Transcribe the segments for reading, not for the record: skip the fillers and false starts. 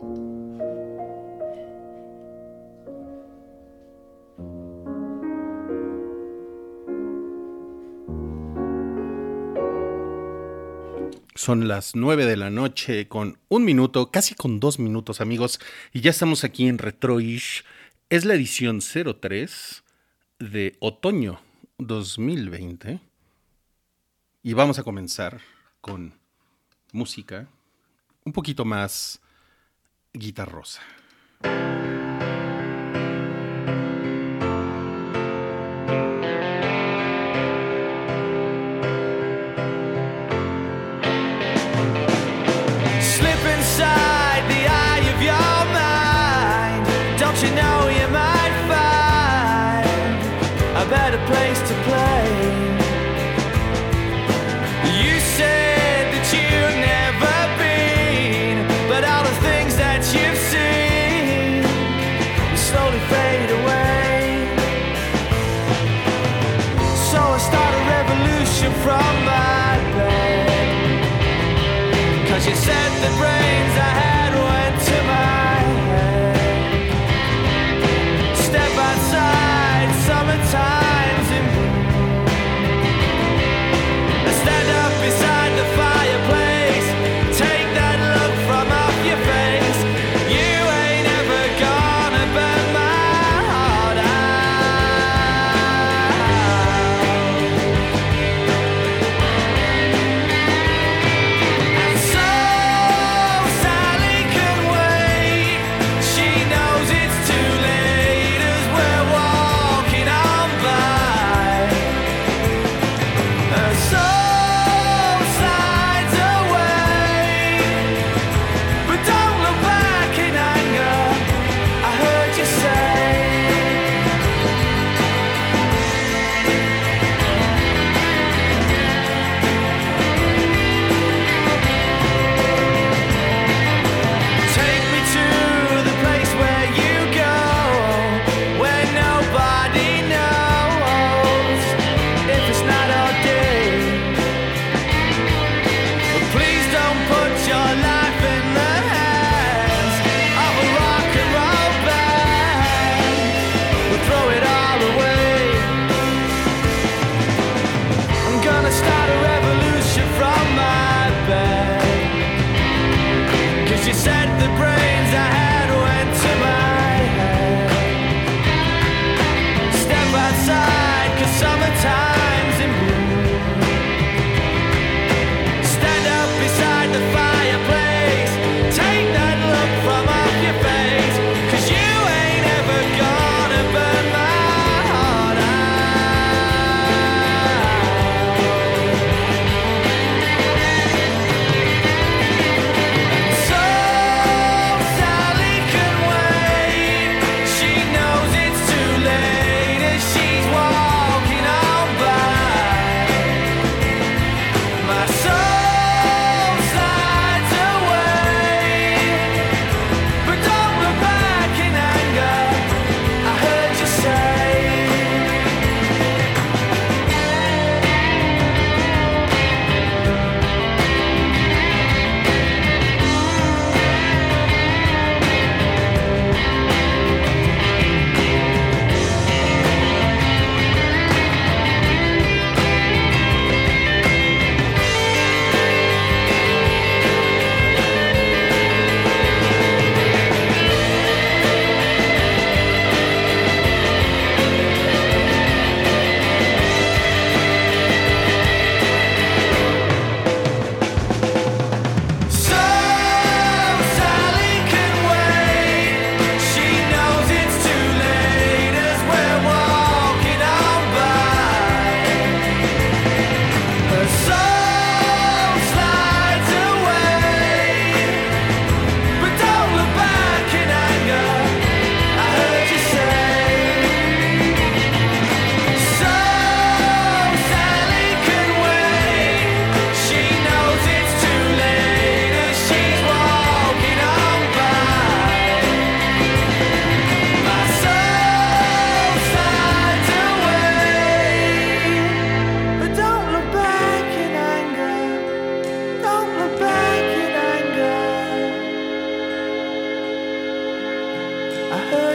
Son las 9 de la noche con 1 minuto, casi con 2 minutos, amigos. Y ya estamos aquí en Retroish. Es la edición 03 de otoño 2020. Y vamos a comenzar con música un poquito más guitarrosa. You know you might find a better place to play. You said that you've never been, but all the things that you've seen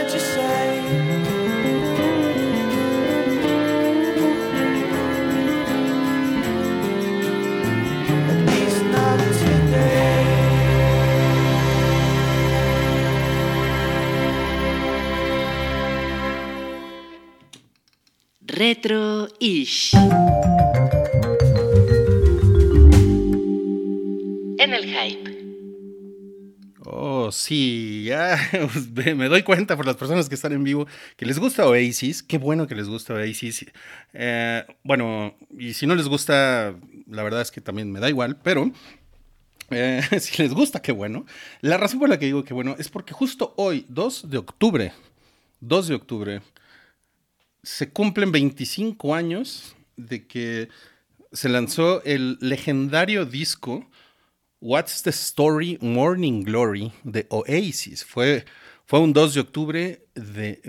heard you say. At least not today. Retro-ish. En el hype. Oh, sí, ya me doy cuenta por las personas que están en vivo que les gusta Oasis. Qué bueno que les gusta Oasis. Bueno, y si no les gusta, la verdad es que también me da igual, pero si les gusta, qué bueno. La razón por la que digo que bueno es porque justo hoy, 2 de octubre, se cumplen 25 años de que se lanzó el legendario disco What's the Story Morning Glory de Oasis. Fue un 2 de octubre de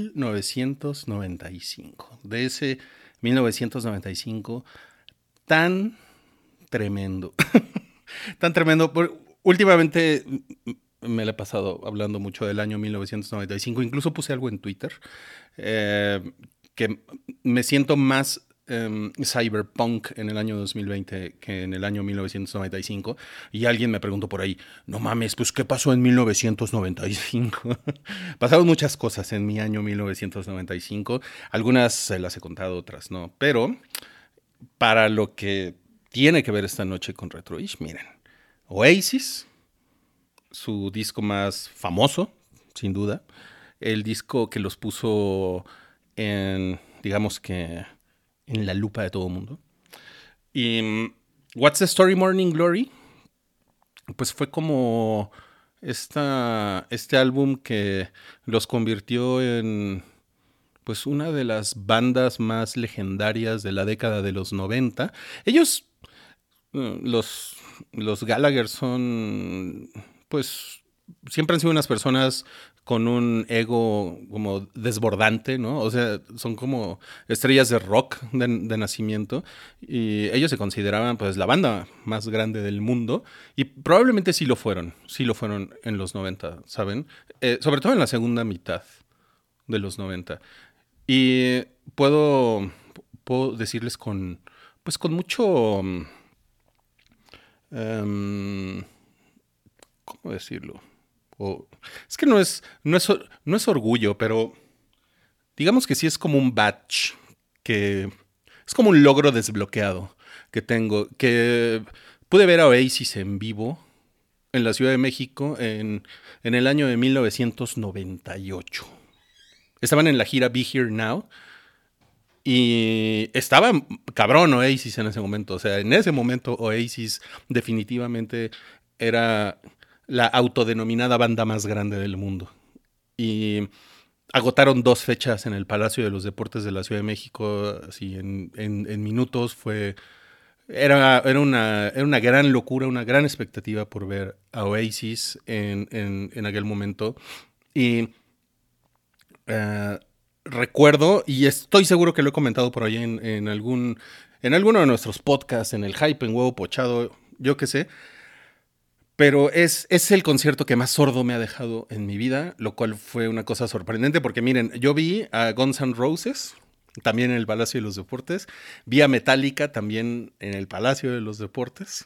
1995. De ese 1995 tan tremendo. Tan tremendo. Últimamente me la he pasado hablando mucho del año 1995. Incluso puse algo en Twitter que me siento más cyberpunk en el año 2020 que en el año 1995. Y alguien me preguntó por ahí, no mames, pues ¿qué pasó en 1995? Pasaron muchas cosas en mi año 1995. Algunas se las he contado, otras no. Pero para lo que tiene que ver esta noche con Retroish, miren, Oasis, su disco más famoso, sin duda, el disco que los puso en, digamos que, en la lupa de todo el mundo. Y What's the Story Morning Glory, pues fue como este álbum que los convirtió en pues una de las bandas más legendarias de la década de los 90. Ellos, los Gallagher son, pues, siempre han sido unas personas con un ego como desbordante, ¿no? O sea, son como estrellas de rock de nacimiento y ellos se consideraban pues la banda más grande del mundo y probablemente sí lo fueron en los 90, ¿saben? Sobre todo en la segunda mitad de los 90. Y puedo decirles con mucho, ¿cómo decirlo? Es que no es orgullo, pero digamos que sí es como un badge, que es como un logro desbloqueado que tengo, que pude ver a Oasis en vivo en la Ciudad de México en el año de 1998. Estaban en la gira Be Here Now y estaba cabrón Oasis en ese momento. O sea, en ese momento Oasis definitivamente era la autodenominada banda más grande del mundo. Y agotaron 2 fechas en el Palacio de los Deportes de la Ciudad de México, así en minutos. Era una gran locura, una gran expectativa por ver a Oasis en aquel momento. Y recuerdo, y estoy seguro que lo he comentado por ahí en alguno de nuestros podcasts, en el Hype, en Huevo Pochado, yo qué sé, pero es el concierto que más sordo me ha dejado en mi vida, lo cual fue una cosa sorprendente, porque miren, yo vi a Guns N' Roses, también en el Palacio de los Deportes, vi a Metallica también en el Palacio de los Deportes,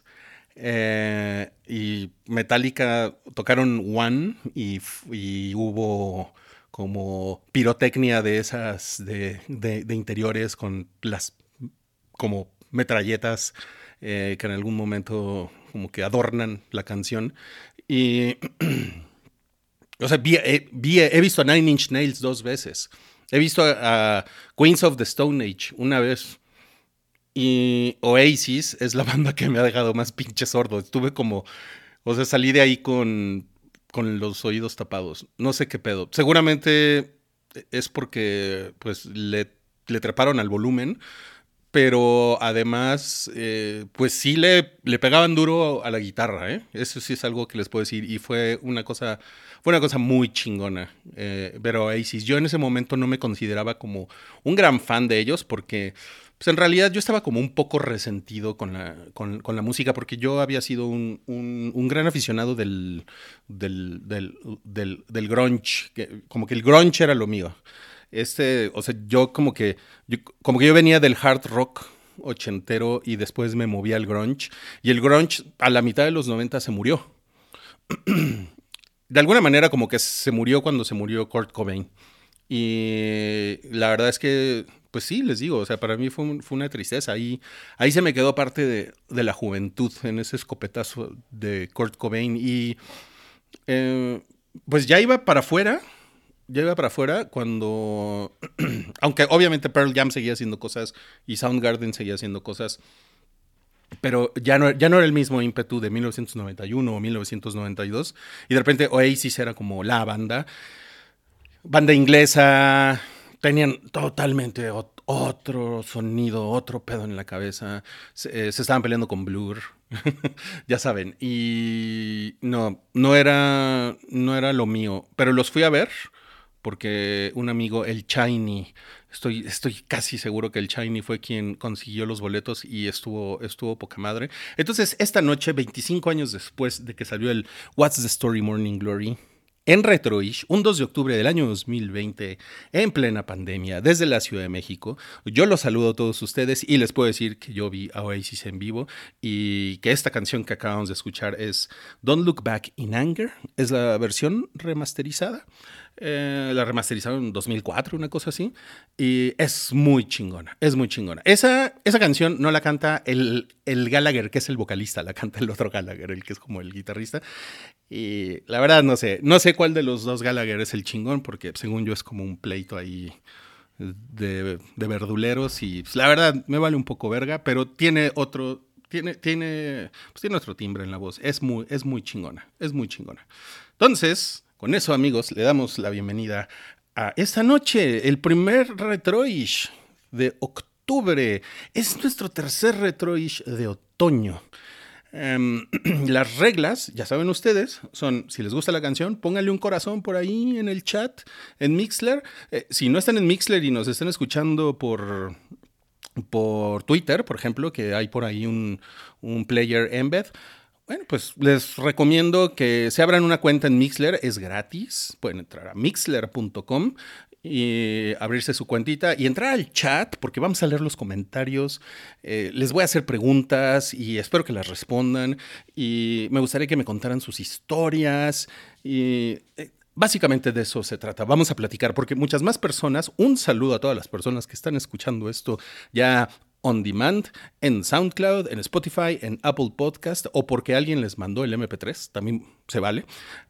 y Metallica tocaron One y hubo como pirotecnia de esas de interiores con las como metralletas que en algún momento como que adornan la canción. Y o sea, he visto a Nine Inch Nails 2 veces. He visto a Queens of the Stone Age una vez. Y Oasis es la banda que me ha dejado más pinche sordo. Estuve como, o sea, salí de ahí con los oídos tapados. No sé qué pedo. Seguramente es porque pues le treparon al volumen, pero además, pues sí le pegaban duro a la guitarra, ¿eh? Eso sí es algo que les puedo decir, y fue una cosa muy chingona, ver a Oasis. Yo en ese momento no me consideraba como un gran fan de ellos, porque pues en realidad yo estaba como un poco resentido con la música, porque yo había sido un gran aficionado del grunge, como que el grunge era lo mío. O sea, yo yo venía del hard rock ochentero y después me moví al grunge, y el grunge a la mitad de los 90 se murió. De alguna manera como que se murió cuando se murió Kurt Cobain. Y la verdad es que, pues sí, les digo, o sea, para mí fue una tristeza. Ahí se me quedó parte de la juventud en ese escopetazo de Kurt Cobain. Y pues ya iba para afuera cuando, aunque obviamente Pearl Jam seguía haciendo cosas y Soundgarden seguía haciendo cosas, pero ya no era el mismo ímpetu de 1991 o 1992, y de repente Oasis era como la banda inglesa, tenían totalmente otro sonido, otro pedo en la cabeza, se estaban peleando con Blur, ya saben, y no era lo mío, pero los fui a ver porque un amigo, el Shiny, estoy casi seguro que el Shiny fue quien consiguió los boletos y estuvo poca madre. Entonces, esta noche, 25 años después de que salió el What's the Story Morning Glory, en Retroish, un 2 de octubre del año 2020, en plena pandemia, desde la Ciudad de México, yo los saludo a todos ustedes y les puedo decir que yo vi a Oasis en vivo y que esta canción que acabamos de escuchar es Don't Look Back in Anger, es la versión remasterizada. La remasterizaron en 2004, una cosa así, y es muy chingona. Esa canción no la canta el Gallagher, que es el vocalista, la canta el otro Gallagher, el que es como el guitarrista. Y la verdad no sé cuál de los dos Gallagher es el chingón, porque según yo es como un pleito ahí de verduleros, y pues, la verdad me vale un poco verga, pero tiene otro timbre en la voz. Es muy chingona. Entonces, con eso, amigos, le damos la bienvenida a esta noche, el primer Retroish de octubre. Es nuestro tercer Retroish de otoño. Las reglas, ya saben ustedes, son: si les gusta la canción, pónganle un corazón por ahí en el chat, en Mixler. Si no están en Mixler y nos están escuchando por Twitter, por ejemplo, que hay por ahí un player embed, bueno, pues les recomiendo que se abran una cuenta en Mixler, es gratis, pueden entrar a mixler.com y abrirse su cuentita y entrar al chat, porque vamos a leer los comentarios, les voy a hacer preguntas y espero que las respondan, y me gustaría que me contaran sus historias, y básicamente de eso se trata. Vamos a platicar, porque muchas más personas, un saludo a todas las personas que están escuchando esto ya on demand, en SoundCloud, en Spotify, en Apple Podcast, o porque alguien les mandó el MP3, también se vale.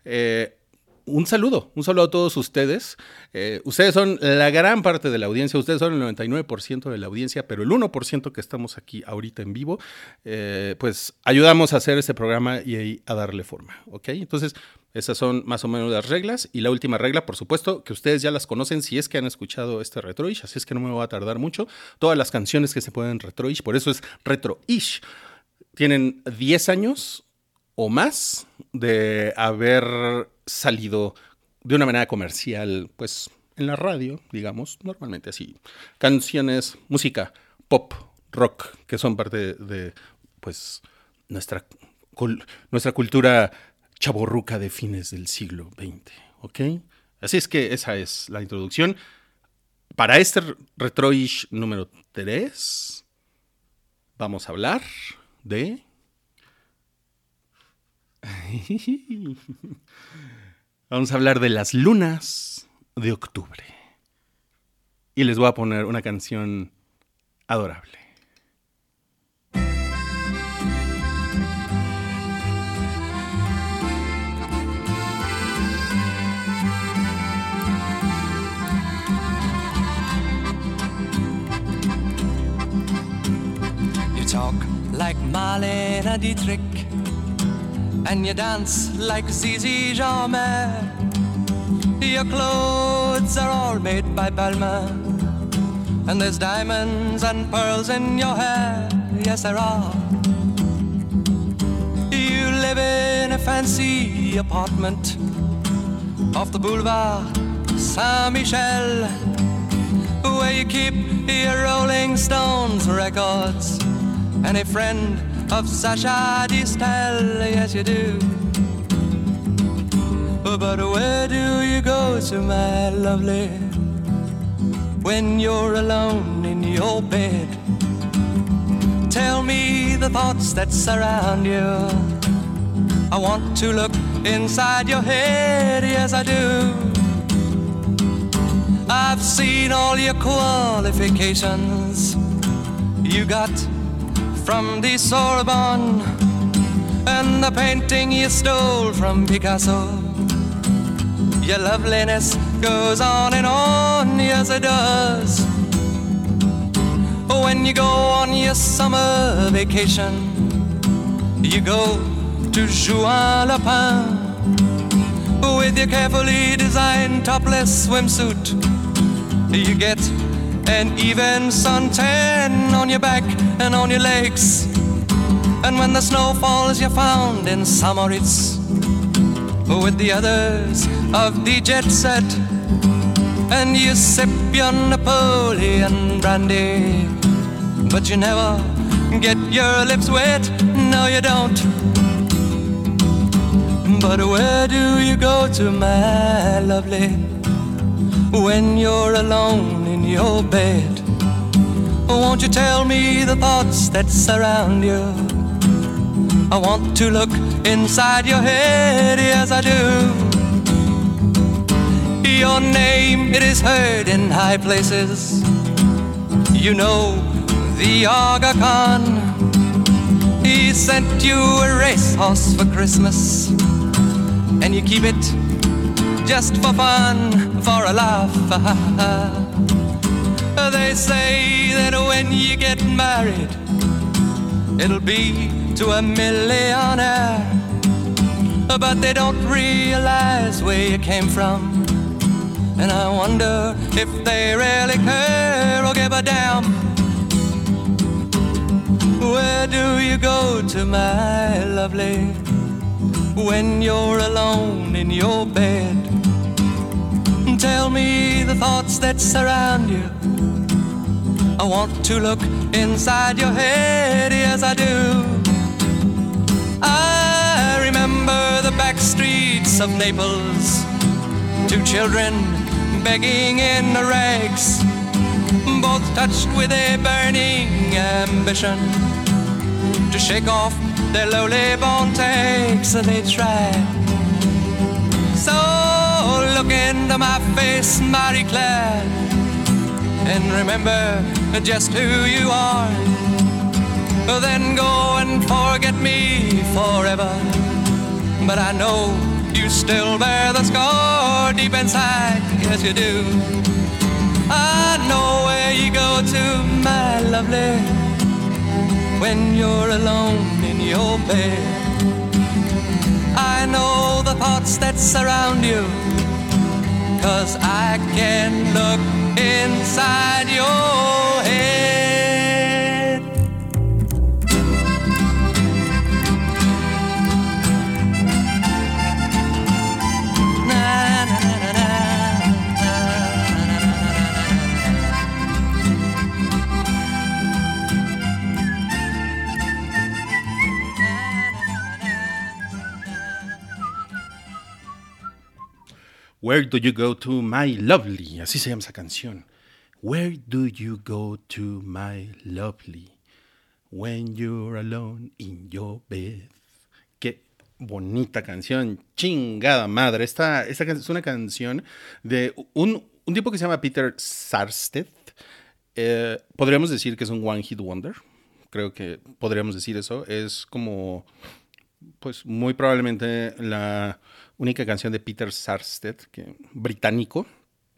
Un saludo a todos ustedes. Ustedes son la gran parte de la audiencia, ustedes son el 99% de la audiencia, pero el 1% que estamos aquí ahorita en vivo, pues ayudamos a hacer este programa y a darle forma, ¿ok? Entonces, esas son más o menos las reglas. Y la última regla, por supuesto, que ustedes ya las conocen si es que han escuchado este Retroish, así es que no me voy a tardar mucho. Todas las canciones que se pueden en Retroish, por eso es Retroish, tienen 10 años o más de haber salido de una manera comercial, pues en la radio, digamos, normalmente así. Canciones, música, pop, rock, que son parte de pues nuestra cultura chavorruca de fines del siglo XX, ¿ok? Así es que esa es la introducción. Para este Retroish número 3 vamos a hablar de... Vamos a hablar de las lunas de octubre. Y les voy a poner una canción adorable. Talk like Marlene Dietrich, and you dance like Zizi Jeanmaire. Your clothes are all made by Balmain, And there's diamonds and pearls in your hair, yes there are. You live in a fancy apartment off the boulevard Saint-Michel, where you keep your Rolling Stones records and a friend of Sacha Distel, yes you do. But where do you go to, my lovely, when you're alone in your bed? Tell me the thoughts that surround you. I want to look inside your head, yes I do. I've seen all your qualifications you got from the Sorbonne, and the painting you stole from Picasso. Your loveliness goes on and on, yes it does. When you go on your summer vacation, you go to Juan-le-Pin with your carefully designed topless swimsuit. You get an even suntan on your back and on your legs. And when the snow falls, you're found in Samoritz with the others of the jet set, and you sip your Napoleon brandy, but you never get your lips wet, no you don't. But where do you go to, my lovely, when you're alone in your bed? Won't you tell me the thoughts that surround you? I want to look inside your head, yes I do. Your name, it is heard in high places. You know the Aga Khan, he sent you a racehorse for Christmas, and you keep it just for fun, for a laugh. They say that when you get married, it'll be to a millionaire, but they don't realize where you came from, and I wonder if they really care or give a damn. Where do you go to, my lovely, when you're alone in your bed? Tell me the thoughts that surround you. I want to look inside your head, yes I do. I remember the back streets of Naples, two children begging in the rags, both touched with a burning ambition to shake off their lowly born takes. They tried. So look into my face, Marie-Claire, and remember just who you are. Then go and forget me forever, but I know you still bear the scar deep inside, yes you do. I know where you go to, my lovely, when you're alone in your bed. I know the thoughts that surround you, 'cause I can look inside your head. Where do you go to, my lovely? Así se llama esa canción. Where do you go to, my lovely, when you're alone in your bed? Qué bonita canción, chingada madre. Esta es una canción de un tipo que se llama Peter Sarstedt. Podríamos decir que es un one hit wonder. Creo que podríamos decir eso. Es como, pues muy probablemente la única canción de Peter Sarstedt, británico,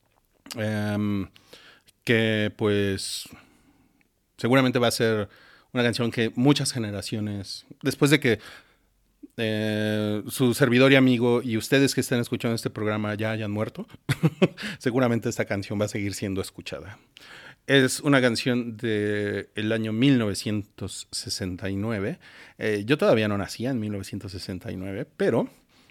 que pues seguramente va a ser una canción que muchas generaciones, después de que su servidor y amigo y ustedes que estén escuchando este programa ya hayan muerto, seguramente esta canción va a seguir siendo escuchada. Es una canción del año 1969. Yo todavía no nacía en 1969, pero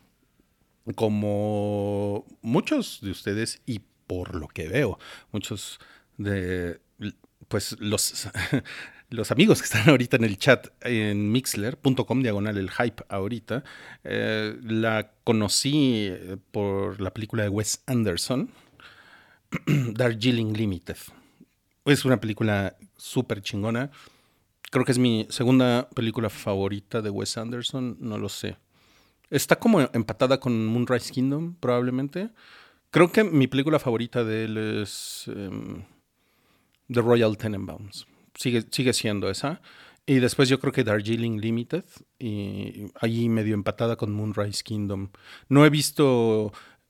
como muchos de ustedes, y por lo que veo, muchos de pues los amigos que están ahorita en el chat en mixler.com/el hype ahorita, la conocí por la película de Wes Anderson, Darjeeling Limited. Es una película súper chingona. Creo que es mi segunda película favorita de Wes Anderson, no lo sé. Está como empatada con Moonrise Kingdom, probablemente. Creo que mi película favorita de él es The Royal Tenenbaums. Sigue siendo esa. Y después yo creo que Darjeeling Limited. Y ahí medio empatada con Moonrise Kingdom. No he visto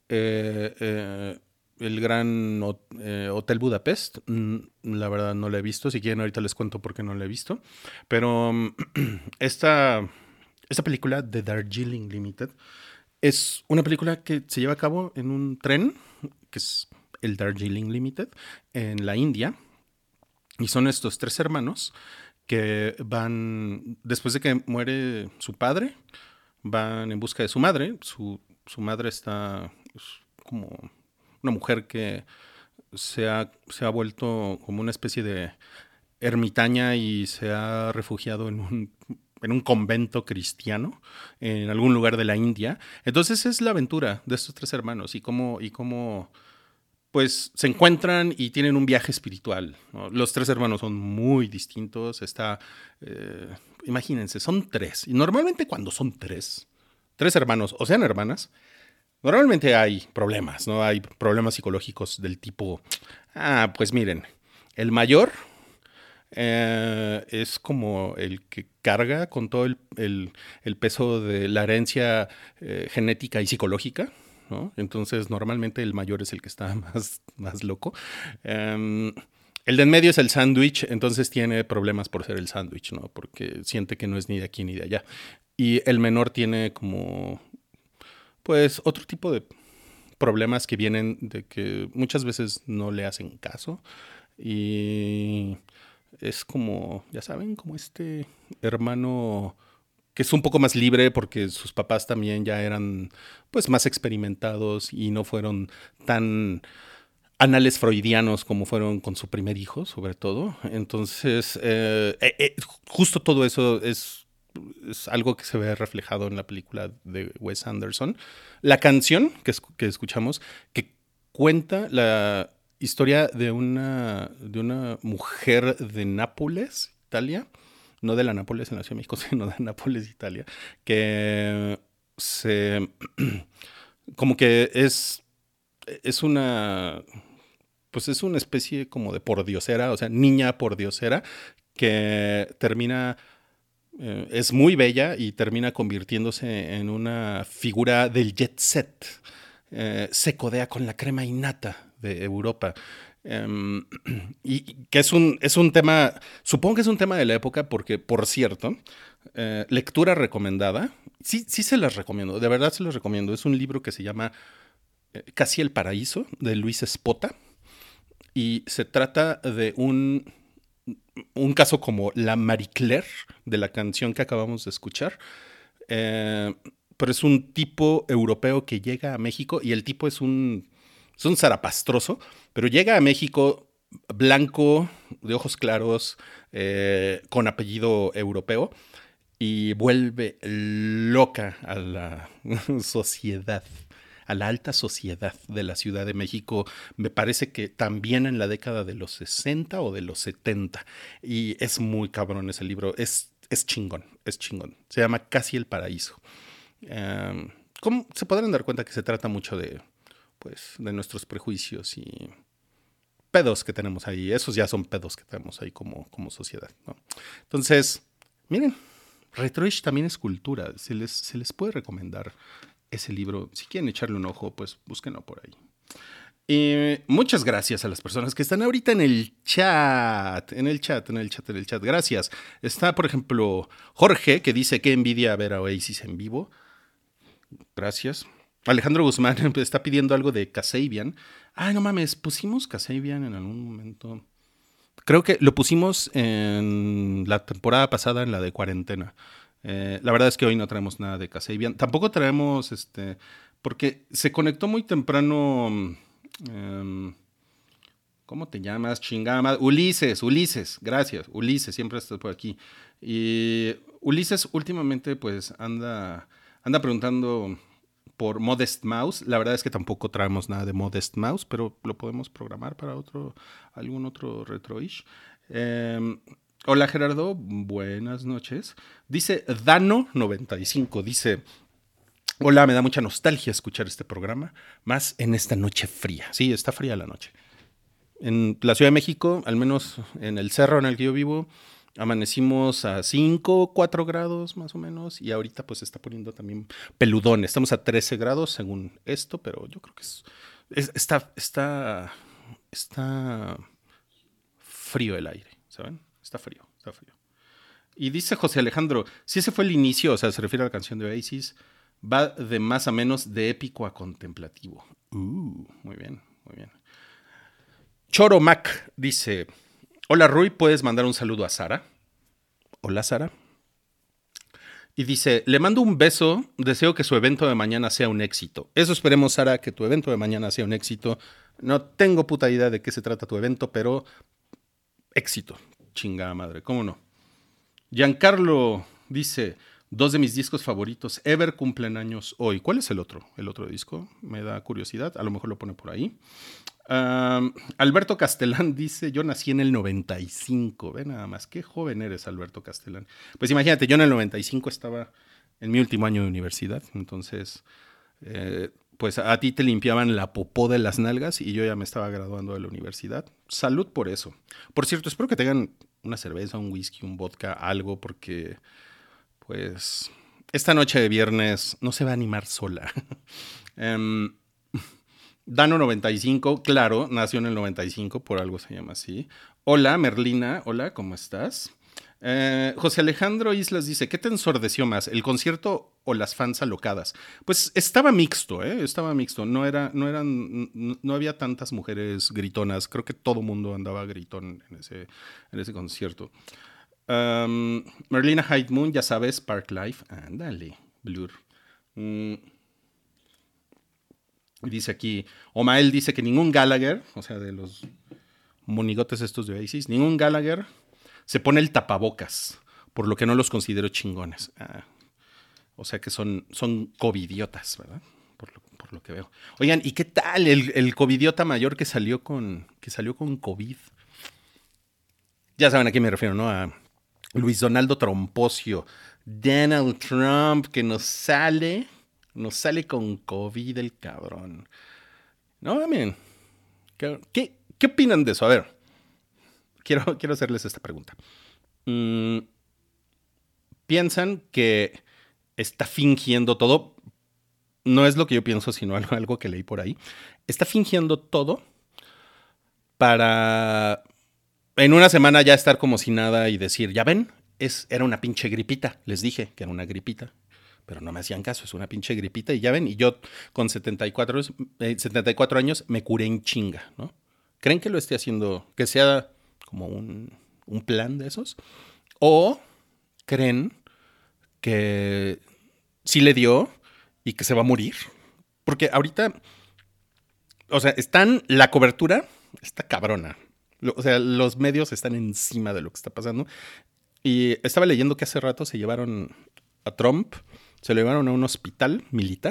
el gran Hotel Budapest. La verdad no la he visto. Si quieren ahorita les cuento por qué no la he visto. Pero esta película de Darjeeling Limited es una película que se lleva a cabo en un tren, que es el Darjeeling Limited, en la India. Y son estos 3 hermanos que van, después de que muere su padre, van en busca de su madre. Su madre está como una mujer que se ha vuelto como una especie de ermitaña y se ha refugiado en un convento cristiano en algún lugar de la India. Entonces es la aventura de estos 3 hermanos y cómo pues se encuentran y tienen un viaje espiritual, ¿no? Los 3 hermanos son muy distintos. Imagínense, son 3. Y normalmente cuando son 3 hermanos o sean hermanas, normalmente hay problemas, ¿no? Hay problemas psicológicos del tipo, pues miren, el mayor es como el que carga con todo el peso de la herencia genética y psicológica, ¿no? Entonces normalmente el mayor es el que está más loco. El de en medio es el sándwich, entonces tiene problemas por ser el sándwich, ¿no? Porque siente que no es ni de aquí ni de allá. Y el menor tiene como, pues, otro tipo de problemas que vienen de que muchas veces no le hacen caso. Y es como, ya saben, como este hermano que es un poco más libre porque sus papás también ya eran pues más experimentados y no fueron tan anales freudianos como fueron con su primer hijo, sobre todo. Entonces, justo todo eso es algo que se ve reflejado en la película de Wes Anderson. La canción que escuchamos, que cuenta la historia de una mujer de Nápoles, Italia, no de la Nápoles en la Ciudad de México, sino de Nápoles, Italia, que como que es una, pues es una especie como de pordiosera, o sea, niña pordiosera, que termina, es muy bella y termina convirtiéndose en una figura del jet set. Se codea con la crema innata de Europa. Y que es un tema, supongo que es un tema de la época porque, por cierto, lectura recomendada, sí se las recomiendo, de verdad se los recomiendo. Es un libro que se llama Casi el Paraíso, de Luis Espota, y se trata de un caso como la Marie Claire de la canción que acabamos de escuchar, pero es un tipo europeo que llega a México y el tipo es un zarapastroso, pero llega a México blanco, de ojos claros, con apellido europeo, y vuelve loca a la sociedad, a la alta sociedad de la Ciudad de México. Me parece que también en la década de los 60 o de los 70. Y es muy cabrón ese libro. Es chingón, es chingón. Se llama Casi el Paraíso. ¿Cómo se podrán dar cuenta que se trata mucho de nuestros prejuicios y pedos que tenemos ahí? Esos ya son pedos que tenemos ahí como sociedad, ¿no? Entonces, miren, Retroish también es cultura. Se les puede recomendar ese libro. Si quieren echarle un ojo, pues búsquenlo por ahí. Y muchas gracias a las personas que están ahorita en el chat. Gracias. Está, por ejemplo, Jorge, que dice que envidia ver a Oasis en vivo. Gracias. Alejandro Guzmán está pidiendo algo de Kasabian. Ay, no mames, pusimos Kasabian en algún momento. Creo que lo pusimos en la temporada pasada, en la de cuarentena. La verdad es que hoy no traemos nada de Kasabian. Tampoco traemos, porque se conectó muy temprano. ¿Cómo te llamas? Chingada madre. Ulises, gracias. Ulises, siempre estás por aquí. Y Ulises últimamente pues anda preguntando por Modest Mouse. La verdad es que tampoco traemos nada de Modest Mouse, pero lo podemos programar para algún otro retroish. Hola Gerardo, buenas noches. Dice Dano95, dice: hola, me da mucha nostalgia escuchar este programa, más en esta noche fría. Sí, está fría la noche. En la Ciudad de México, al menos en el cerro en el que yo vivo, amanecimos a 5, 4 grados más o menos, y ahorita pues se está poniendo también peludón. Estamos a 13 grados según esto, pero yo creo que está frío el aire, ¿saben? Está frío. Y dice José Alejandro, si ese fue el inicio, o sea, se refiere a la canción de Oasis, va de más a menos, de épico a contemplativo. Muy bien. Choro Mac dice: hola Rui, ¿puedes mandar un saludo a Sara? Hola Sara. Y dice: le mando un beso, deseo que su evento de mañana sea un éxito. Eso esperemos, Sara, que tu evento de mañana sea un éxito. No tengo puta idea de qué se trata tu evento, pero éxito. Chingada madre, ¿cómo no? Giancarlo dice: 2 de mis discos favoritos ever cumplen años hoy. ¿Cuál es el otro? El otro disco, me da curiosidad, a lo mejor lo pone por ahí. Alberto Castellán dice: yo nací en el 95. Ve nada más, qué joven eres, Alberto Castellán. Pues imagínate, yo en el 95 estaba en mi último año de universidad. Entonces, pues a ti te limpiaban la popó de las nalgas y yo ya me estaba graduando de la universidad. Salud por eso. Por cierto, espero que tengan una cerveza, un whisky, un vodka, algo, porque pues esta noche de viernes no se va a animar sola. Dano95, claro, nació en el 95, por algo se llama así. Hola, Merlina, hola, ¿cómo estás? José Alejandro Islas dice: ¿qué te ensordeció más, el concierto o las fans alocadas? Pues estaba mixto, estaba mixto. No había tantas mujeres gritonas. Creo que todo mundo andaba gritón en ese concierto. Merlina Hyde Moon, ya sabes, Park Life, ándale, Blur. Dice aquí, Omael dice que ningún Gallagher, o sea, de los monigotes estos de Oasis, ningún Gallagher se pone el tapabocas, por lo que no los considero chingones. O sea que son covidiotas, ¿verdad? Por lo que veo. Oigan, ¿y qué tal el covidiota mayor que salió con COVID? Ya saben a quién me refiero, ¿no? A Luis Donaldo Tromposio, Donald Trump, que nos sale con COVID el cabrón. No, miren. ¿Qué opinan de eso? A ver, quiero hacerles esta pregunta. ¿Piensan que está fingiendo todo? No es lo que yo pienso, sino algo que leí por ahí. Está fingiendo todo para en una semana ya estar como si nada y decir: ya ven, era una pinche gripita. Les dije que era una gripita, pero no me hacían caso. Es una pinche gripita y ya ven, y yo con 74 años me curé en chinga, ¿no? ¿Creen que lo esté haciendo, que sea como un plan de esos? ¿O creen que sí le dio y que se va a morir? Porque ahorita, o sea, la cobertura está cabrona. O sea, los medios están encima de lo que está pasando. Y estaba leyendo que hace rato se llevaron a Trump, se lo llevaron a un hospital militar,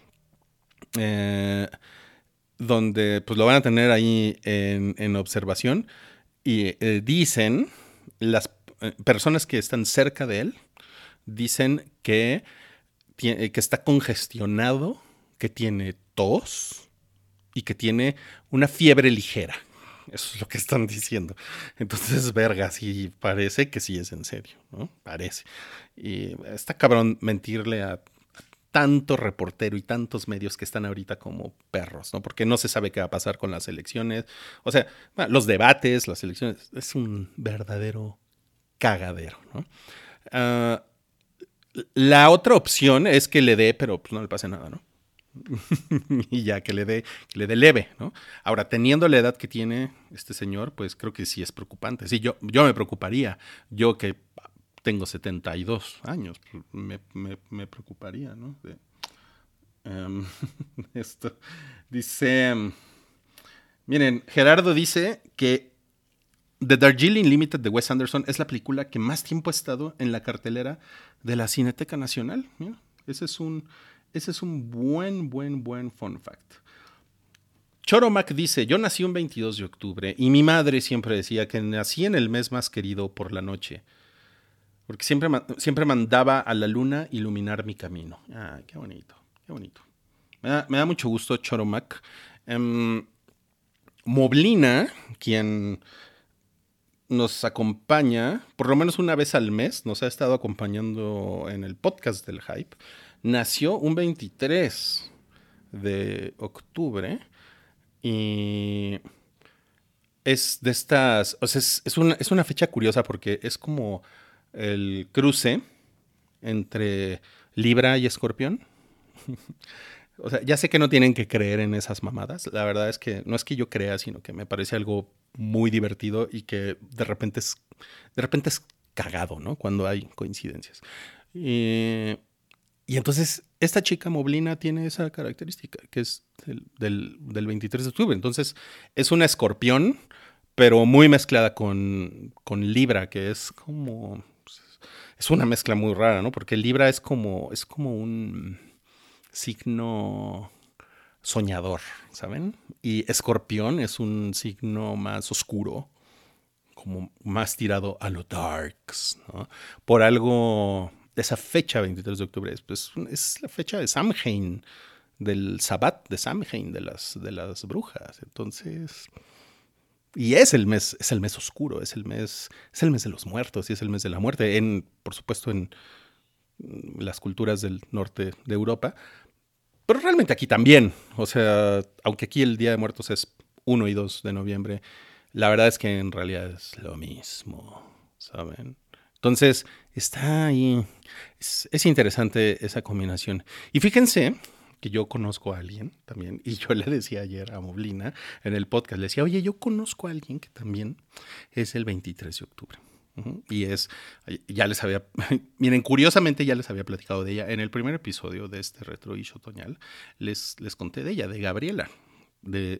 donde pues lo van a tener ahí en observación. Y dicen, las personas que están cerca de él, dicen que está congestionado, que tiene tos y que tiene una fiebre ligera. Eso es lo que están diciendo. Entonces, verga, sí parece que sí es en serio, ¿no? Parece. Y está cabrón mentirle a tanto reportero y tantos medios que están ahorita como perros, ¿no? Porque no se sabe qué va a pasar con las elecciones. O sea, los debates, las elecciones, es un verdadero cagadero, ¿no? La otra opción es que le dé, pero pues no le pase nada, ¿no? Y ya que le dé leve, ¿no? Ahora, teniendo la edad que tiene este señor, pues creo que sí es preocupante. Sí, yo me preocuparía. Yo que tengo 72 años, pues, me preocuparía, ¿no? Um, esto dice, miren, Gerardo dice que The Darjeeling Limited de Wes Anderson es la película que más tiempo ha estado en la cartelera de la Cineteca Nacional. Mira, ese es un buen fun fact. Choromac dice, yo nací un 22 de octubre y mi madre siempre decía que nací en el mes más querido por la noche, porque siempre mandaba a la luna iluminar mi camino. Ah, qué bonito, qué bonito. Me da mucho gusto, Choromac. Moblina, quien nos acompaña, por lo menos una vez al mes, nos ha estado acompañando en el podcast del Hype, nació un 23 de octubre y es de estas, o sea, es una fecha curiosa porque es como el cruce entre Libra y Escorpión. O sea, ya sé que no tienen que creer en esas mamadas. La verdad es que no es que yo crea, sino que me parece algo muy divertido y que de repente es cagado, ¿no? Cuando hay coincidencias. Y entonces esta chica Moblina tiene esa característica, que es del 23 de octubre. Entonces es una escorpión, pero muy mezclada con Libra, que es como... Es una mezcla muy rara, ¿no? Porque Libra es como un signo soñador, ¿saben? Y Escorpión es un signo más oscuro, como más tirado a lo darks, ¿no? Por algo, esa fecha, 23 de octubre, pues, es la fecha de Samhain, del Sabbat de Samhain, de las brujas. Entonces, y es el mes oscuro, es el mes de los muertos y es el mes de la muerte, por supuesto, en las culturas del norte de Europa. Pero realmente aquí también, o sea, aunque aquí el Día de Muertos es 1 y 2 de noviembre, la verdad es que en realidad es lo mismo, ¿saben? Entonces, está ahí, es interesante esa combinación. Y fíjense que yo conozco a alguien también, y yo le decía ayer a Moblina en el podcast, le decía, oye, yo conozco a alguien que también es el 23 de octubre. Y ya les había, miren, curiosamente ya les había platicado de ella en el primer episodio de este Retro-ish otoñal. Les conté de ella, de Gabriela, de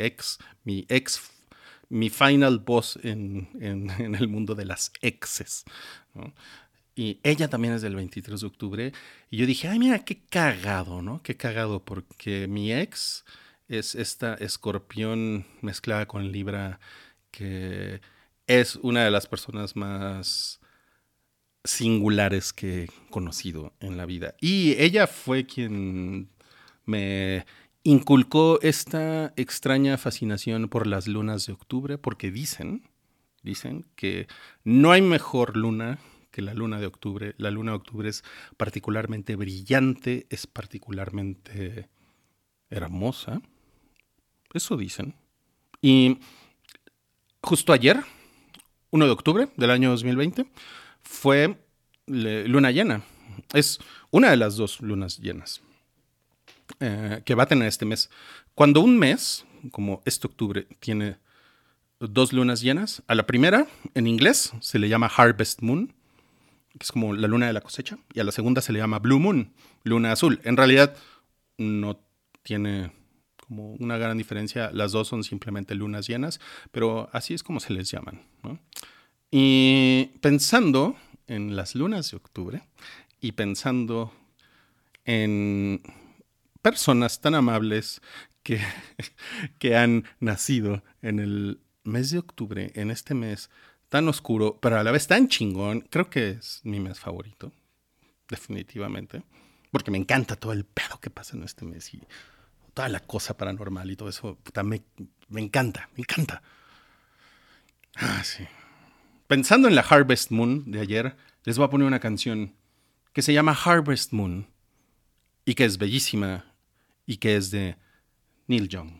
mi final boss en el mundo de las exes, ¿no? Y ella también es del 23 de octubre. Y yo dije, ay, mira, qué cagado, ¿no? Qué cagado, porque mi ex es esta escorpión mezclada con Libra que es una de las personas más singulares que he conocido en la vida. Y ella fue quien me inculcó esta extraña fascinación por las lunas de octubre, porque dicen que no hay mejor luna que la luna de octubre. La luna de octubre es particularmente brillante, es particularmente hermosa. Eso dicen. Y justo ayer, 1 de octubre del año 2020, fue luna llena. Es una de las 2 lunas llenas que va a tener este mes. Cuando un mes, como este octubre, tiene 2 lunas llenas, a la primera, en inglés, se le llama Harvest Moon, que es como la luna de la cosecha, y a la segunda se le llama Blue Moon, luna azul. En realidad no tiene como una gran diferencia, las 2 son simplemente lunas llenas, pero así es como se les llaman, ¿no? Y pensando en las lunas de octubre y pensando en personas tan amables que han nacido en el mes de octubre, en este mes tan oscuro, pero a la vez tan chingón, creo que es mi mes favorito, definitivamente, porque me encanta todo el pedo que pasa en este mes y toda la cosa paranormal y todo eso, puta, me encanta, me encanta. Ah, sí. Pensando en la Harvest Moon de ayer, les voy a poner una canción que se llama Harvest Moon y que es bellísima y que es de Neil Young.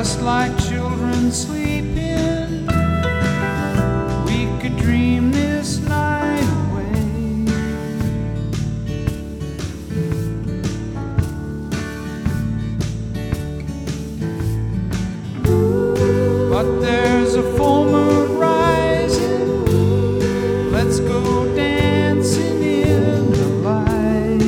just like children sleeping, we could dream this night away. But there's a full moon rising, let's go dancing in the light.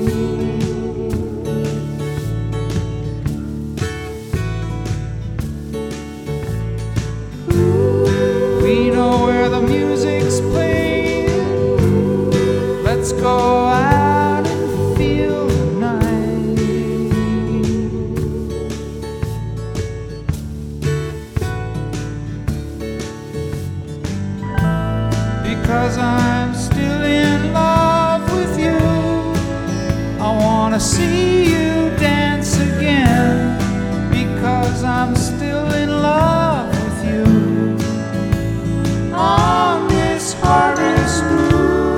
We know where the music's playing, let's go out and feel the night. Because I'm still in love with you, I wanna see you dance again. Because I'm still in love with you, on this harvest moon.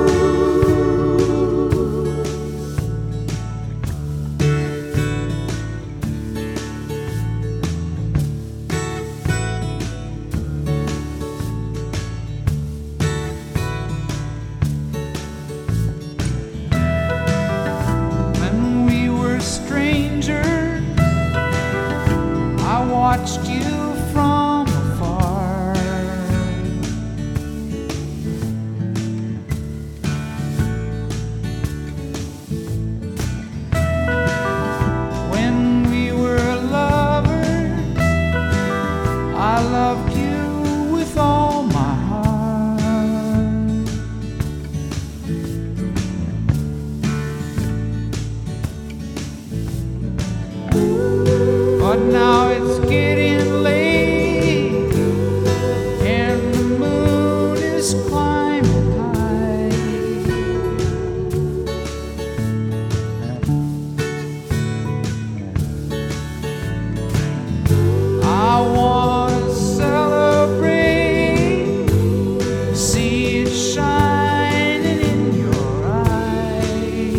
When we were strangers, I watched you from afar. When we were lovers, I loved you with all my heart. But now it's getting late, and the moon is climbing high. I wanna celebrate, see it shining in your eyes.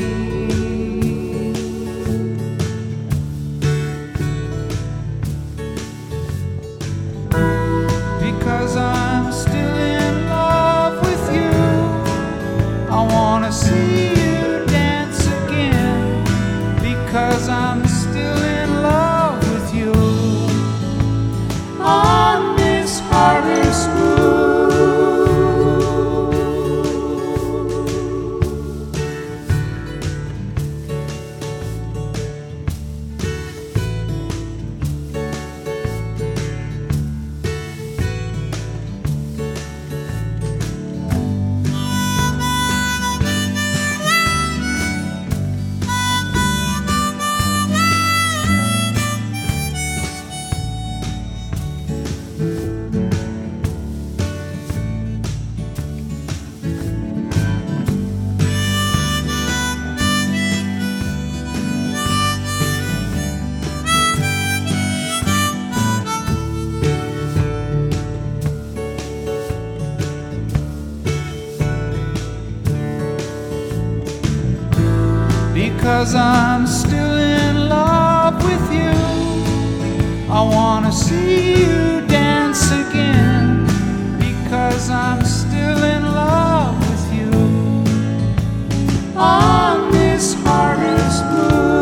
Because I'm still in love with you, I wanna see you dance again. Because I'm still in love with you, on this harvest moon. Because I'm still in love with you, I wanna see you dance again. Because I'm still in love with you, on this harvest moon.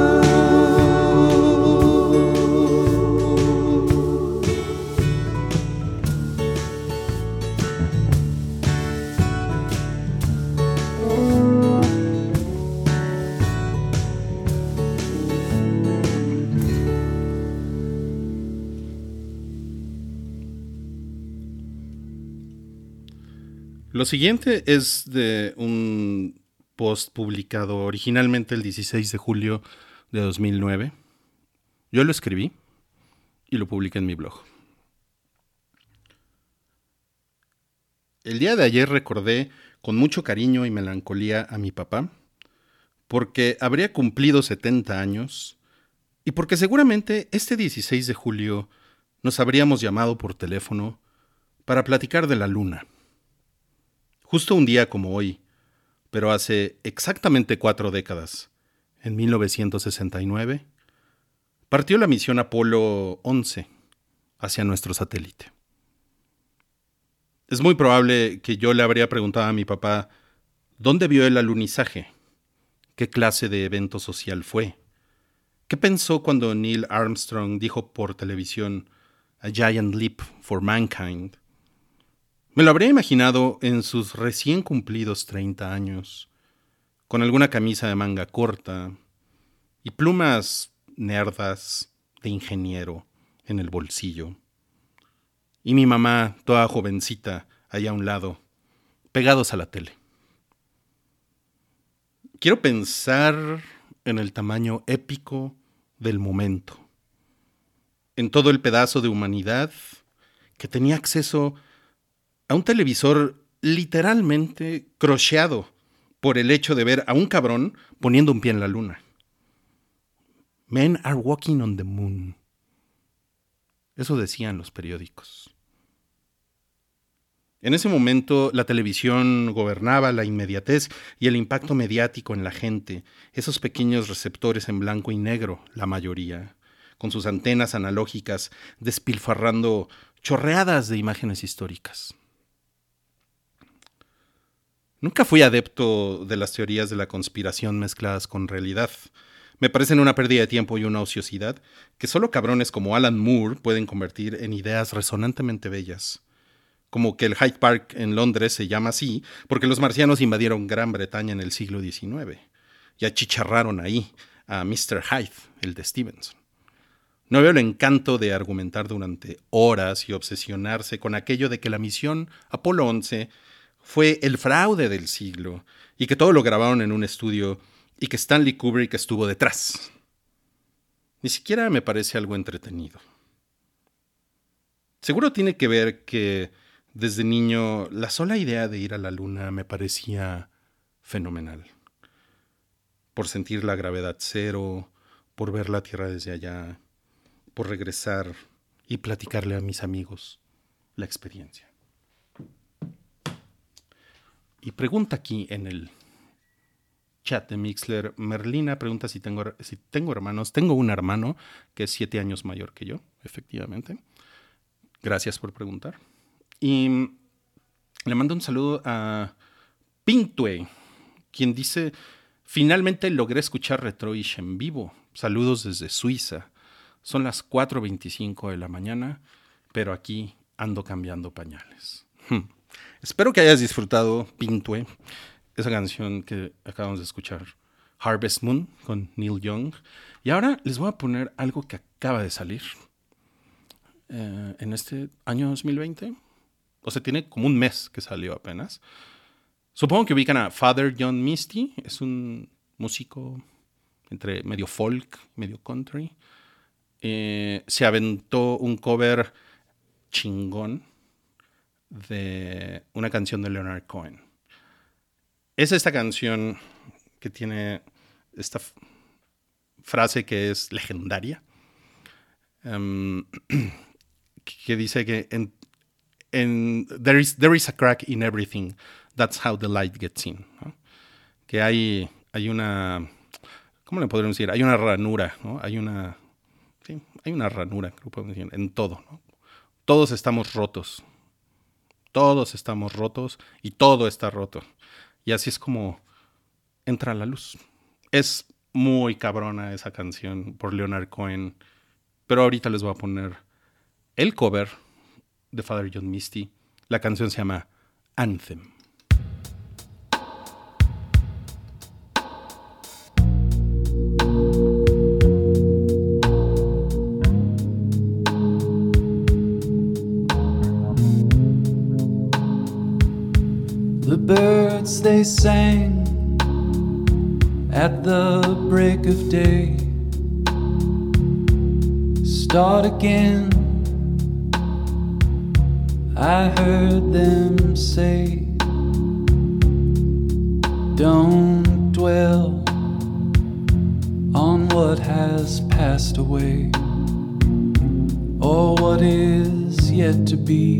Lo siguiente es de un post publicado originalmente el 16 de julio de 2009. Yo lo escribí y lo publiqué en mi blog. El día de ayer recordé con mucho cariño y melancolía a mi papá, porque habría cumplido 70 años y porque seguramente este 16 de julio nos habríamos llamado por teléfono para platicar de la luna. Justo un día como hoy, pero hace exactamente 4 décadas, en 1969, partió la misión Apolo 11 hacia nuestro satélite. Es muy probable que yo le habría preguntado a mi papá dónde vio el alunizaje, qué clase de evento social fue, qué pensó cuando Neil Armstrong dijo por televisión "A giant leap for mankind". Me lo habría imaginado en sus recién cumplidos 30 años, con alguna camisa de manga corta y plumas nerdas de ingeniero en el bolsillo. Y mi mamá, toda jovencita, allá a un lado, pegados a la tele. Quiero pensar en el tamaño épico del momento, en todo el pedazo de humanidad que tenía acceso a un televisor literalmente crocheado por el hecho de ver a un cabrón poniendo un pie en la luna. Men are walking on the moon. Eso decían los periódicos. En ese momento la televisión gobernaba la inmediatez y el impacto mediático en la gente, esos pequeños receptores en blanco y negro, la mayoría, con sus antenas analógicas despilfarrando chorreadas de imágenes históricas. Nunca fui adepto de las teorías de la conspiración mezcladas con realidad. Me parecen una pérdida de tiempo y una ociosidad que solo cabrones como Alan Moore pueden convertir en ideas resonantemente bellas. Como que el Hyde Park en Londres se llama así porque los marcianos invadieron Gran Bretaña en el siglo XIX y achicharraron ahí a Mr. Hyde, el de Stevenson. No veo el encanto de argumentar durante horas y obsesionarse con aquello de que la misión Apolo 11 fue el fraude del siglo y que todo lo grabaron en un estudio y que Stanley Kubrick estuvo detrás. Ni siquiera me parece algo entretenido. Seguro tiene que ver que desde niño la sola idea de ir a la luna me parecía fenomenal. Por sentir la gravedad cero, por ver la Tierra desde allá, por regresar y platicarle a mis amigos la experiencia. Y pregunta aquí en el chat de Mixler, Merlina pregunta si tengo hermanos. Tengo un hermano que es 7 años mayor que yo, efectivamente. Gracias por preguntar. Y le mando un saludo a Pintue, quien dice: finalmente logré escuchar Retroish en vivo. Saludos desde Suiza. Son las 4:25 de la mañana, pero aquí ando cambiando pañales. Espero que hayas disfrutado, Pintue, esa canción que acabamos de escuchar, Harvest Moon, con Neil Young. Y ahora les voy a poner algo que acaba de salir en este año 2020. O sea, tiene como un mes que salió apenas. Supongo que ubican a Father John Misty. Es un músico entre medio folk, medio country. Se aventó un cover chingón de una canción de Leonard Cohen. Es esta canción que tiene esta frase que es legendaria, que dice que there is a crack in everything. That's how the light gets in, ¿no? Que hay una, ¿cómo le podríamos decir? Hay una ranura, ¿no? Hay una ranura, creo que podemos decir, en todo, ¿no? Todos estamos rotos y todo está roto. Y así es como entra la luz. Es muy cabrona esa canción por Leonard Cohen, pero ahorita les voy a poner el cover de Father John Misty. La canción se llama Anthem. The birds they sang at the break of day. Start again, I heard them say. Don't dwell on what has passed away, or what is yet to be.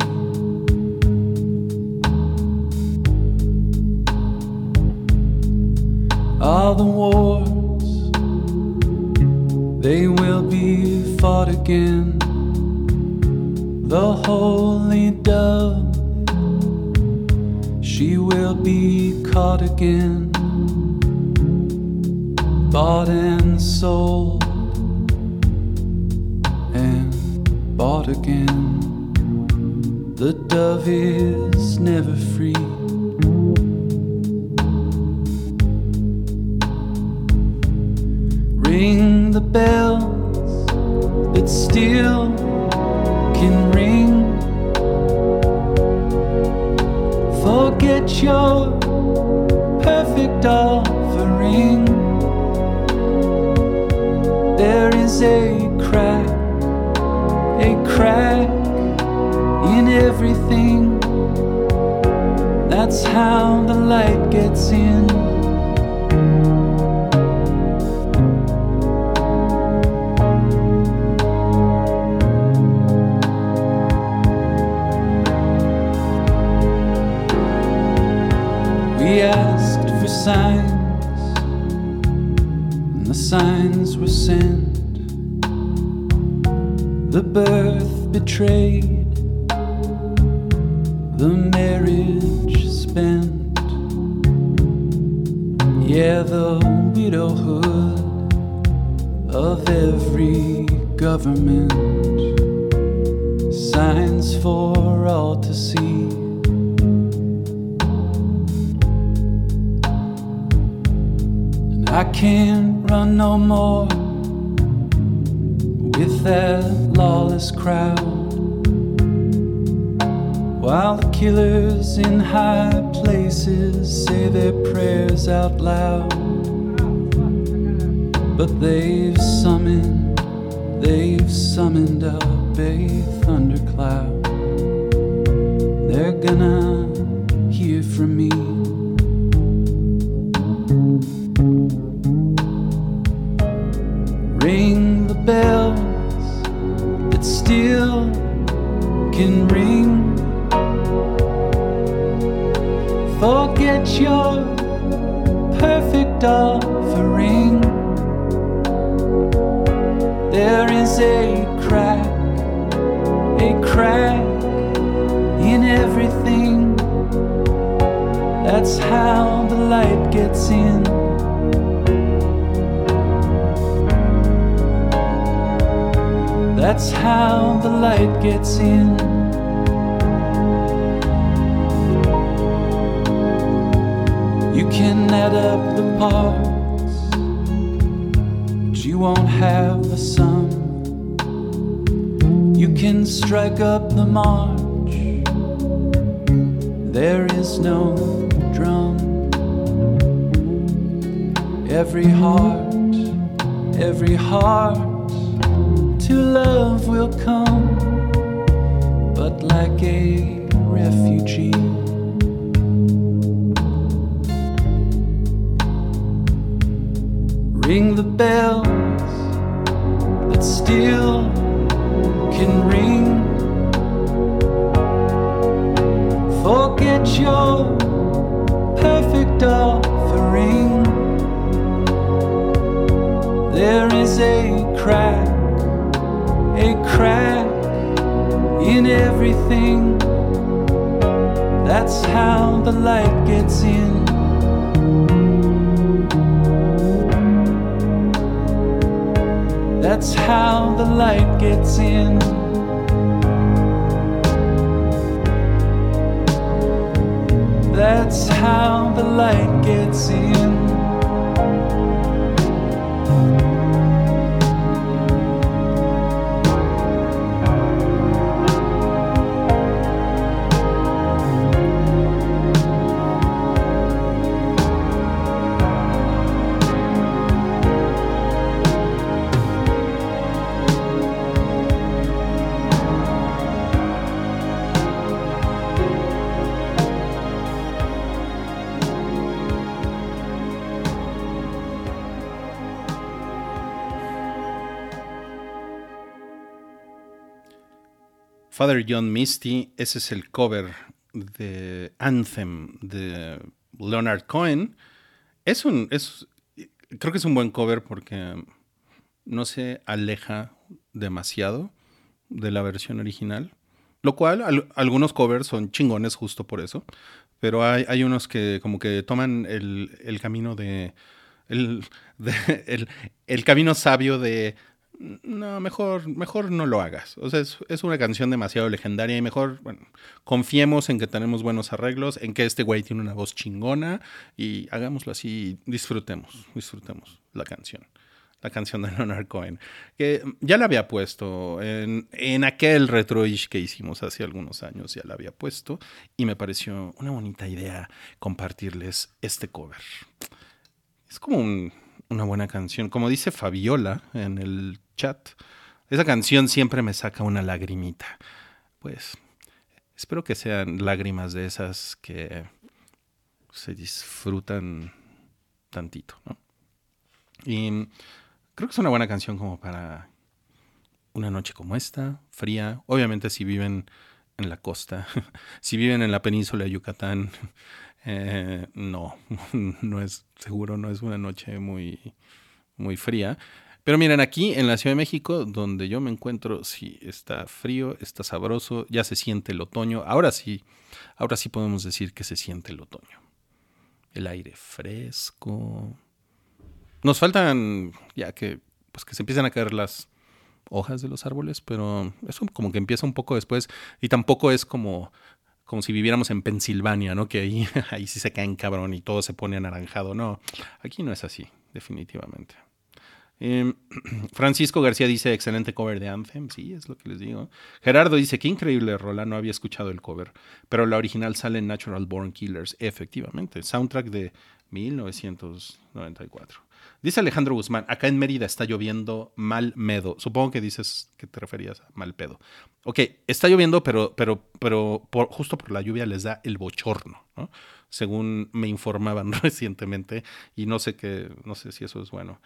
All the wars, they will be fought again. the holy dove, she will be caught again, bought and sold and bought again. The dove is never free. Ring the bells that still can ring. Forget your perfect offering. There is a crack in everything. That's how the light gets in. We asked for signs, and the signs were sent. The birth betrayed, the marriage spent. Yeah, the widowhood of every government. Signs for all to see. And I can't run no more with that lawless crowd, while the killers in high places say their prayers out loud. But they've summoned up a thundercloud. They're gonna hear from me. Ring the bells that still can ring. Forget your perfect offering. There is a crack in everything. That's how the light gets in. That's how the light gets in. You can add up the parts, but you won't have the sum. You can strike up the march, there is no drum. Every heart to love will come, but like a refugee. Ring the bells that still can ring. Forget your perfect offering. There is a crack in everything. That's how the light gets in. That's how the light gets in. That's how the light gets in. Father John Misty, ese es el cover de Anthem de Leonard Cohen. Creo que es un buen cover porque no se aleja demasiado de la versión original. Lo cual, algunos covers son chingones justo por eso. Pero hay unos que como que toman el camino el, el camino sabio de no, mejor no lo hagas. O sea, es una canción demasiado legendaria y mejor, bueno, confiemos en que tenemos buenos arreglos, en que este güey tiene una voz chingona y hagámoslo así, disfrutemos la canción. La canción de Leonard Cohen, que ya la había puesto en aquel retroish que hicimos hace algunos años, ya la había puesto y me pareció una bonita idea compartirles este cover. Es como una buena canción. Como dice Fabiola en el chat, esa canción siempre me saca una lagrimita. Pues espero que sean lágrimas de esas que se disfrutan tantito, ¿no? Y creo que es una buena canción como para una noche como esta, fría. Obviamente si viven en la costa, si viven en la península de Yucatán, no es seguro, no es una noche muy, muy fría. Pero miren, aquí en la Ciudad de México, donde yo me encuentro, sí está frío, está sabroso, ya se siente el otoño. Ahora sí podemos decir que se siente el otoño. El aire fresco. Nos faltan ya que se empiezan a caer las hojas de los árboles, pero eso como que empieza un poco después y tampoco es como si viviéramos en Pensilvania, ¿no? Que ahí sí se caen cabrón y todo se pone anaranjado. No, aquí no es así, definitivamente. Francisco García dice, excelente cover de Anthem. Sí, es lo que les digo. Gerardo dice, qué increíble rola, no había escuchado el cover, pero la original sale en Natural Born Killers. Efectivamente, soundtrack de 1994. Dice Alejandro Guzmán, acá en Mérida está lloviendo mal medo. Supongo que dices que te referías a mal pedo. Ok, está lloviendo, pero justo por la lluvia les da el bochorno, ¿no? Según me informaban recientemente, y no sé si eso es bueno.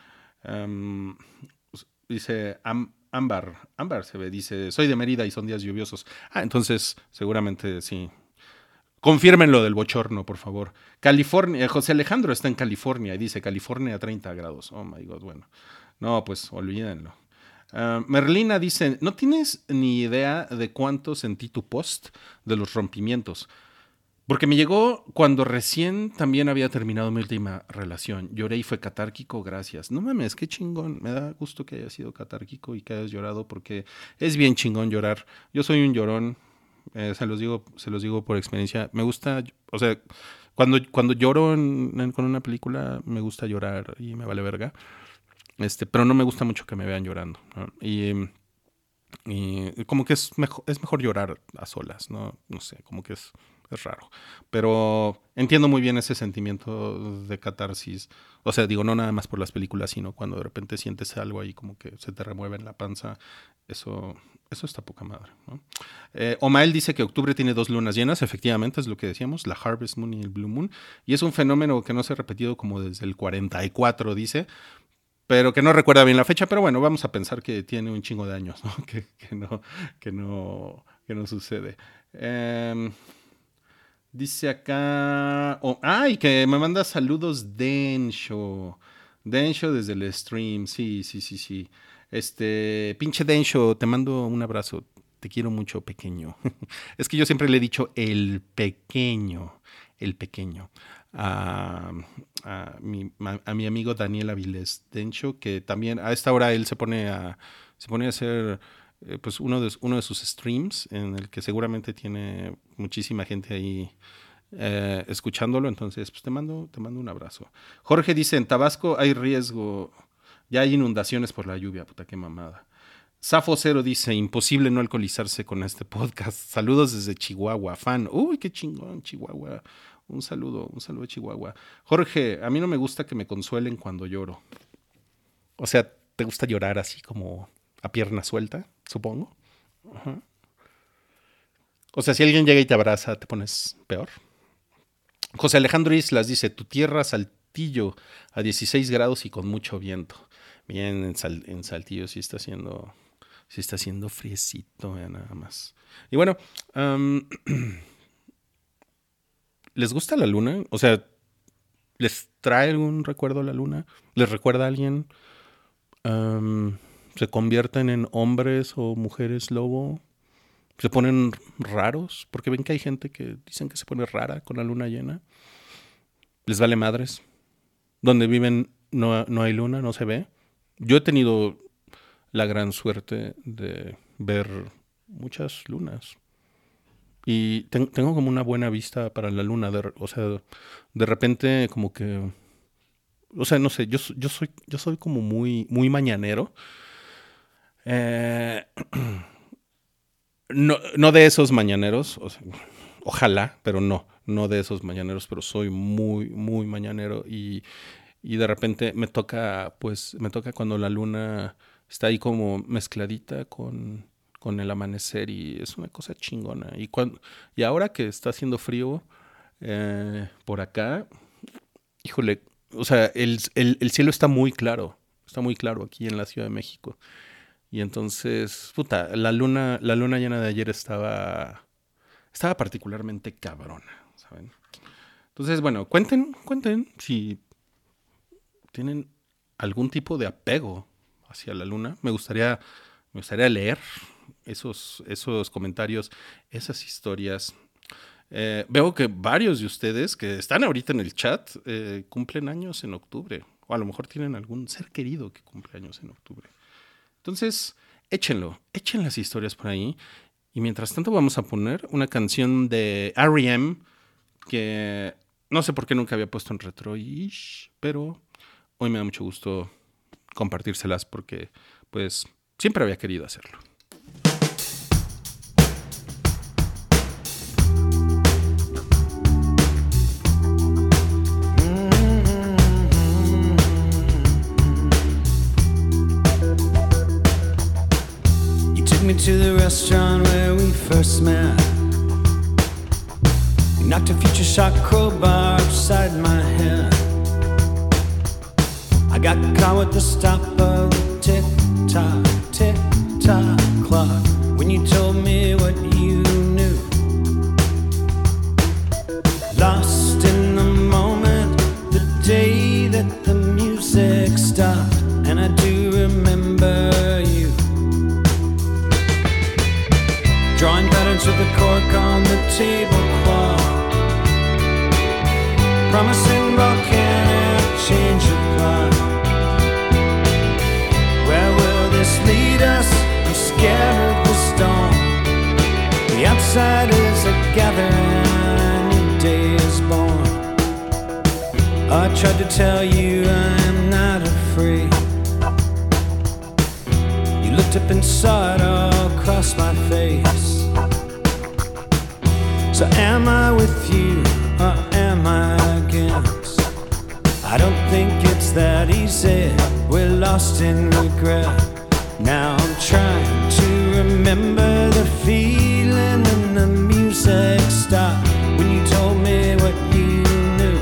Dice Ámbar se ve, dice, soy de Mérida y son días lluviosos. Entonces seguramente sí. Confirmen lo del bochorno, por favor. California, José Alejandro está en California y dice California a 30 grados. Oh my God, bueno. No, pues olvídenlo. Merlina dice, ¿no tienes ni idea de cuánto sentí tu post de los rompimientos? Porque me llegó cuando recién también había terminado mi última relación. Lloré y fue catárquico, gracias. No mames, qué chingón. Me da gusto que haya sido catárquico y que hayas llorado porque es bien chingón llorar. Yo soy un llorón. Se los digo por experiencia. Me gusta, o sea, cuando lloro con una película, me gusta llorar y me vale verga. Pero no me gusta mucho que me vean llorando, ¿no? Y como que es mejor llorar a solas, ¿no? No sé, como que es raro. Pero entiendo muy bien ese sentimiento de catarsis. O sea, digo, no nada más por las películas, sino cuando de repente sientes algo ahí como que se te remueve en la panza. Eso está poca madre, ¿no? Omael dice que octubre tiene 2 lunas llenas. Efectivamente, es lo que decíamos, la Harvest Moon y el Blue Moon. Y es un fenómeno que no se ha repetido como desde el 44, dice. Pero que no recuerda bien la fecha, pero bueno, vamos a pensar que tiene un chingo de años, ¿no? Que no sucede. Dice acá... y que me manda saludos Densho. Densho desde el stream, sí. Pinche Densho, te mando un abrazo. Te quiero mucho, pequeño. Es que yo siempre le he dicho el pequeño. A mi amigo Daniel Avilés Dencho, que también a esta hora él se pone a hacer pues uno de sus streams en el que seguramente tiene muchísima gente ahí escuchándolo. Entonces pues te mando un abrazo. Jorge dice, en Tabasco hay riesgo, ya hay inundaciones por la lluvia. Puta, qué mamada. Safo Cero dice, imposible no alcoholizarse con este podcast. Saludos desde Chihuahua, fan. Uy, qué chingón, Chihuahua. Un saludo a Chihuahua. Jorge, a mí no me gusta que me consuelen cuando lloro. O sea, ¿te gusta llorar así como a pierna suelta, supongo? Ajá. O sea, si alguien llega y te abraza, ¿te pones peor? José Alejandro Islas dice, tu tierra Saltillo a 16 grados y con mucho viento. Bien, en Saltillo sí está haciendo friecito, nada más. Y bueno, ¿les gusta la luna? O sea, ¿les trae algún recuerdo a la luna? ¿Les recuerda a alguien? ¿Se convierten en hombres o mujeres lobo? se ponen raros, porque ven que hay gente que dicen que se pone rara con la luna llena. Les vale madres. Donde viven no hay luna, no se ve. Yo he tenido la gran suerte de ver muchas lunas. Y tengo como una buena vista para la luna. O sea, de repente como que... O sea, no sé, yo soy como muy, muy mañanero. No de esos mañaneros, o sea, ojalá, pero no de esos mañaneros, pero soy muy, muy mañanero y de repente me toca cuando la luna está ahí como mezcladita con el amanecer y es una cosa chingona. Y ahora que está haciendo frío por acá, híjole, o sea, el cielo está muy claro aquí en la Ciudad de México. Y entonces, la luna llena de ayer estaba particularmente cabrona, ¿saben? Entonces, bueno, cuenten si tienen algún tipo de apego hacia la luna. Me gustaría leer esos comentarios, esas historias. Veo que varios de ustedes que están ahorita en el chat cumplen años en octubre. O a lo mejor tienen algún ser querido que cumple años en octubre. Entonces, echen las historias por ahí. Y mientras tanto vamos a poner una canción de R.E.M. que no sé por qué nunca había puesto en Retroish, pero hoy me da mucho gusto compartírselas porque, pues, siempre había querido hacerlo. To the restaurant where we first met. You knocked a Future Shock crowbar upside my head. I got caught with the stop of the tick-tock clock when you told me what you knew. Lost in the moment, the day that the music stopped, and I do remember you. Drawing patterns with a cork on the tablecloth, promising volcanic change of plot. Where will this lead us? I'm scared of the storm. The outsiders are gathering, a new day is born. I tried to tell you I am not afraid. You looked up and saw it all across my face. So am I with you or am I against? I don't think it's that easy. We're lost in regret. Now I'm trying to remember the feeling and the music stopped when you told me what you knew.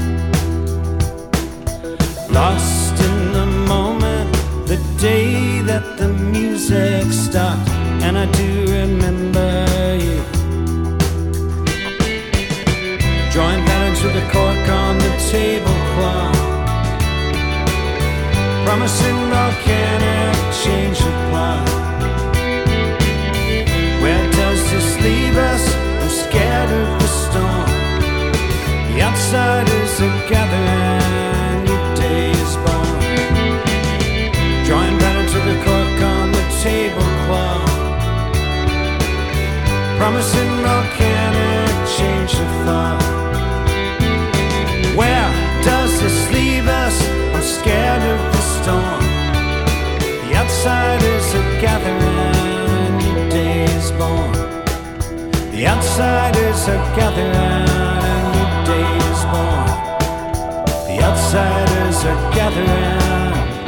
Lost in the moment, the day that the music stopped, and I do remember you. Drawing patterns with a cork on the tablecloth, promising volcanic change of plot. Where does this leave us? I'm scared of the storm. The outsiders are gathering, new day is born. Drawing patterns with a cork on the tablecloth, promising volcanic change of thought. Where does this leave us? I'm scared of the storm. The outsiders are gathering, new day is born. The outsiders are gathering, new day is born. The outsiders are gathering.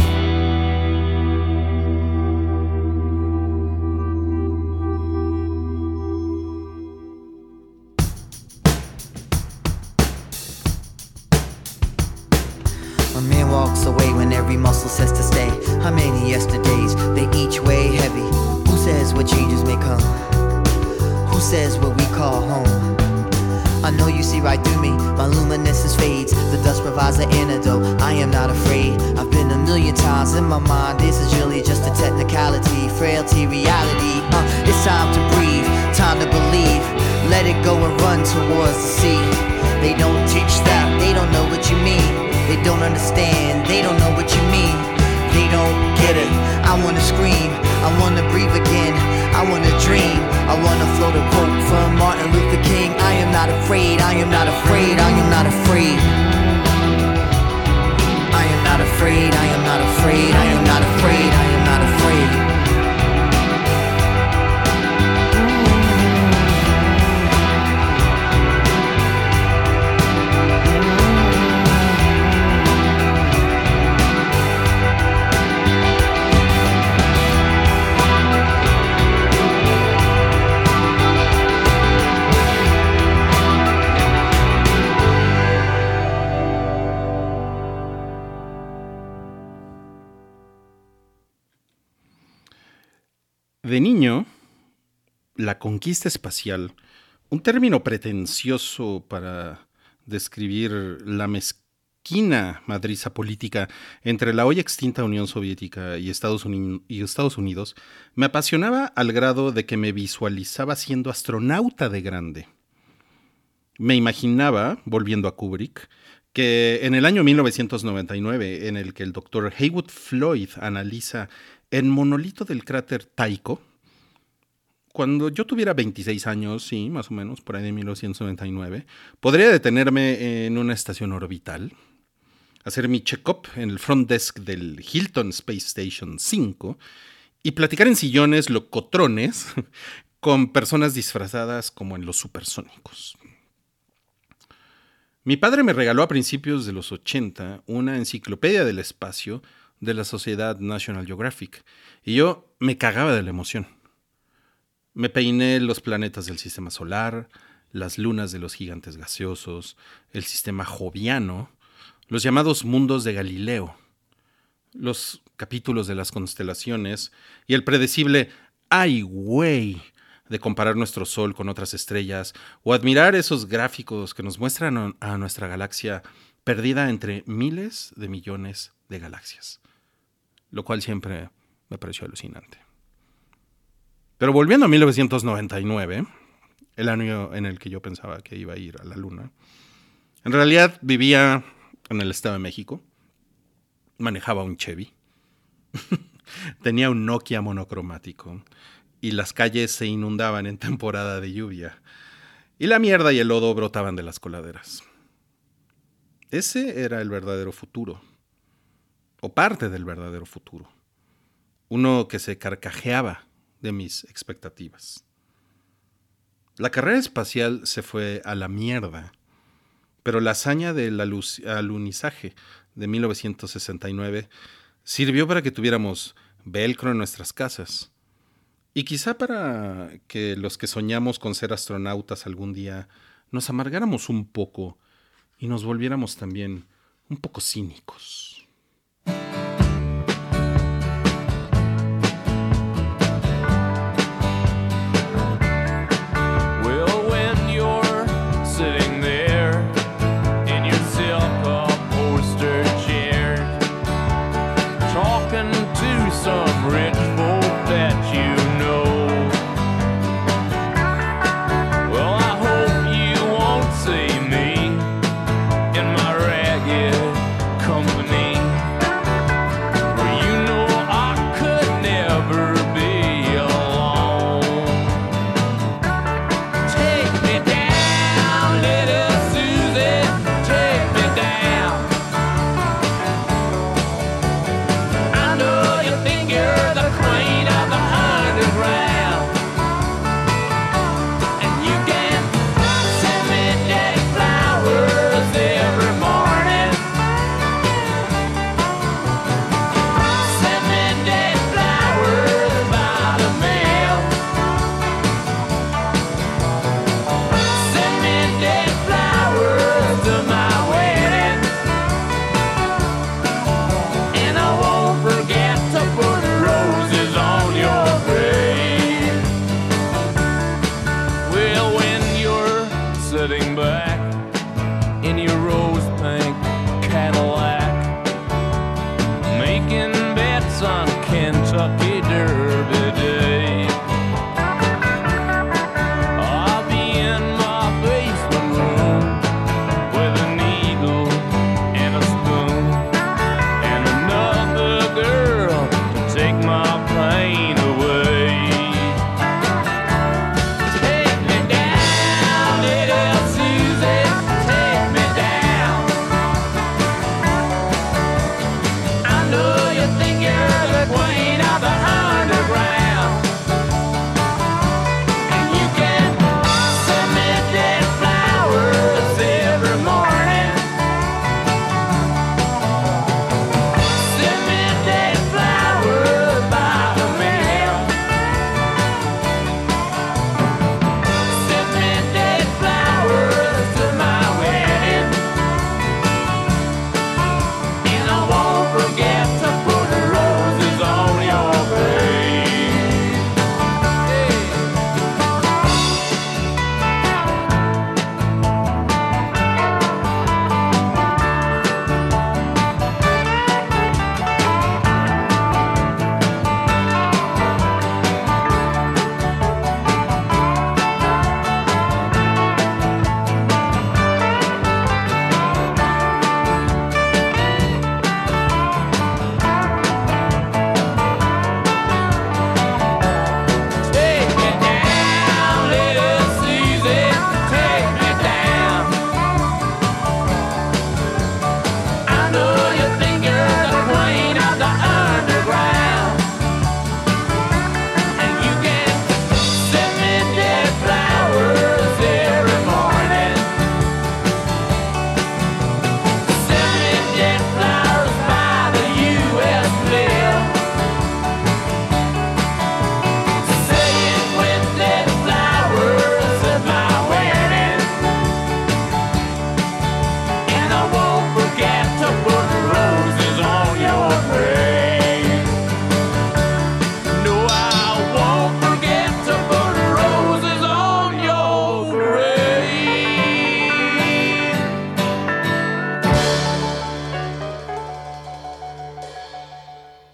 Away when every muscle says to stay. How many yesterdays, they each weigh heavy. Who says what changes may come? Who says what we call home? I know you see right through me, my luminescence fades. The dust provides the antidote, I am not afraid. I've been a million times in my mind. This is really just a technicality, frailty, reality. It's time to breathe. let it go and run towards the sea. They don't teach that, they don't know what you mean. They don't understand, they don't know what you mean. They don't get it, I wanna scream, I wanna breathe again, I wanna dream, I wanna float a quote from Martin Luther King. I am not afraid, I am not afraid, I am not afraid. I am not afraid, I am not afraid, I am not afraid, I am not afraid. De niño, la conquista espacial, un término pretencioso para describir la mezquina madriza política entre la hoy extinta Unión Soviética y Estados Unidos, me apasionaba al grado de que me visualizaba siendo astronauta de grande. Me imaginaba, volviendo a Kubrick, que en el año 1999, en el que el Dr. Heywood Floyd analiza el monolito del cráter Tycho, cuando yo tuviera 26 años, sí, más o menos, por ahí de 1999, podría detenerme en una estación orbital, hacer mi check-up en el front desk del Hilton Space Station 5 y platicar en sillones locotrones con personas disfrazadas como en los supersónicos. Mi padre me regaló a principios de los 80 una enciclopedia del espacio de la Sociedad National Geographic, y yo me cagaba de la emoción. Me peiné los planetas del sistema solar, las lunas de los gigantes gaseosos, el sistema joviano, los llamados mundos de Galileo, los capítulos de las constelaciones y el predecible ¡ay, güey!, de comparar nuestro Sol con otras estrellas o admirar esos gráficos que nos muestran a nuestra galaxia perdida entre miles de millones de galaxias, lo cual siempre me pareció alucinante. Pero volviendo a 1999, el año en el que yo pensaba que iba a ir a la Luna, en realidad vivía en el Estado de México, manejaba un Chevy, tenía un Nokia monocromático y las calles se inundaban en temporada de lluvia y la mierda y el lodo brotaban de las coladeras. Ese era el verdadero futuro, o parte del verdadero futuro, uno que se carcajeaba de mis expectativas. La carrera espacial se fue a la mierda, pero la hazaña del alunizaje de 1969 sirvió para que tuviéramos velcro en nuestras casas y quizá para que los que soñamos con ser astronautas algún día nos amargáramos un poco y nos volviéramos también un poco cínicos. Company.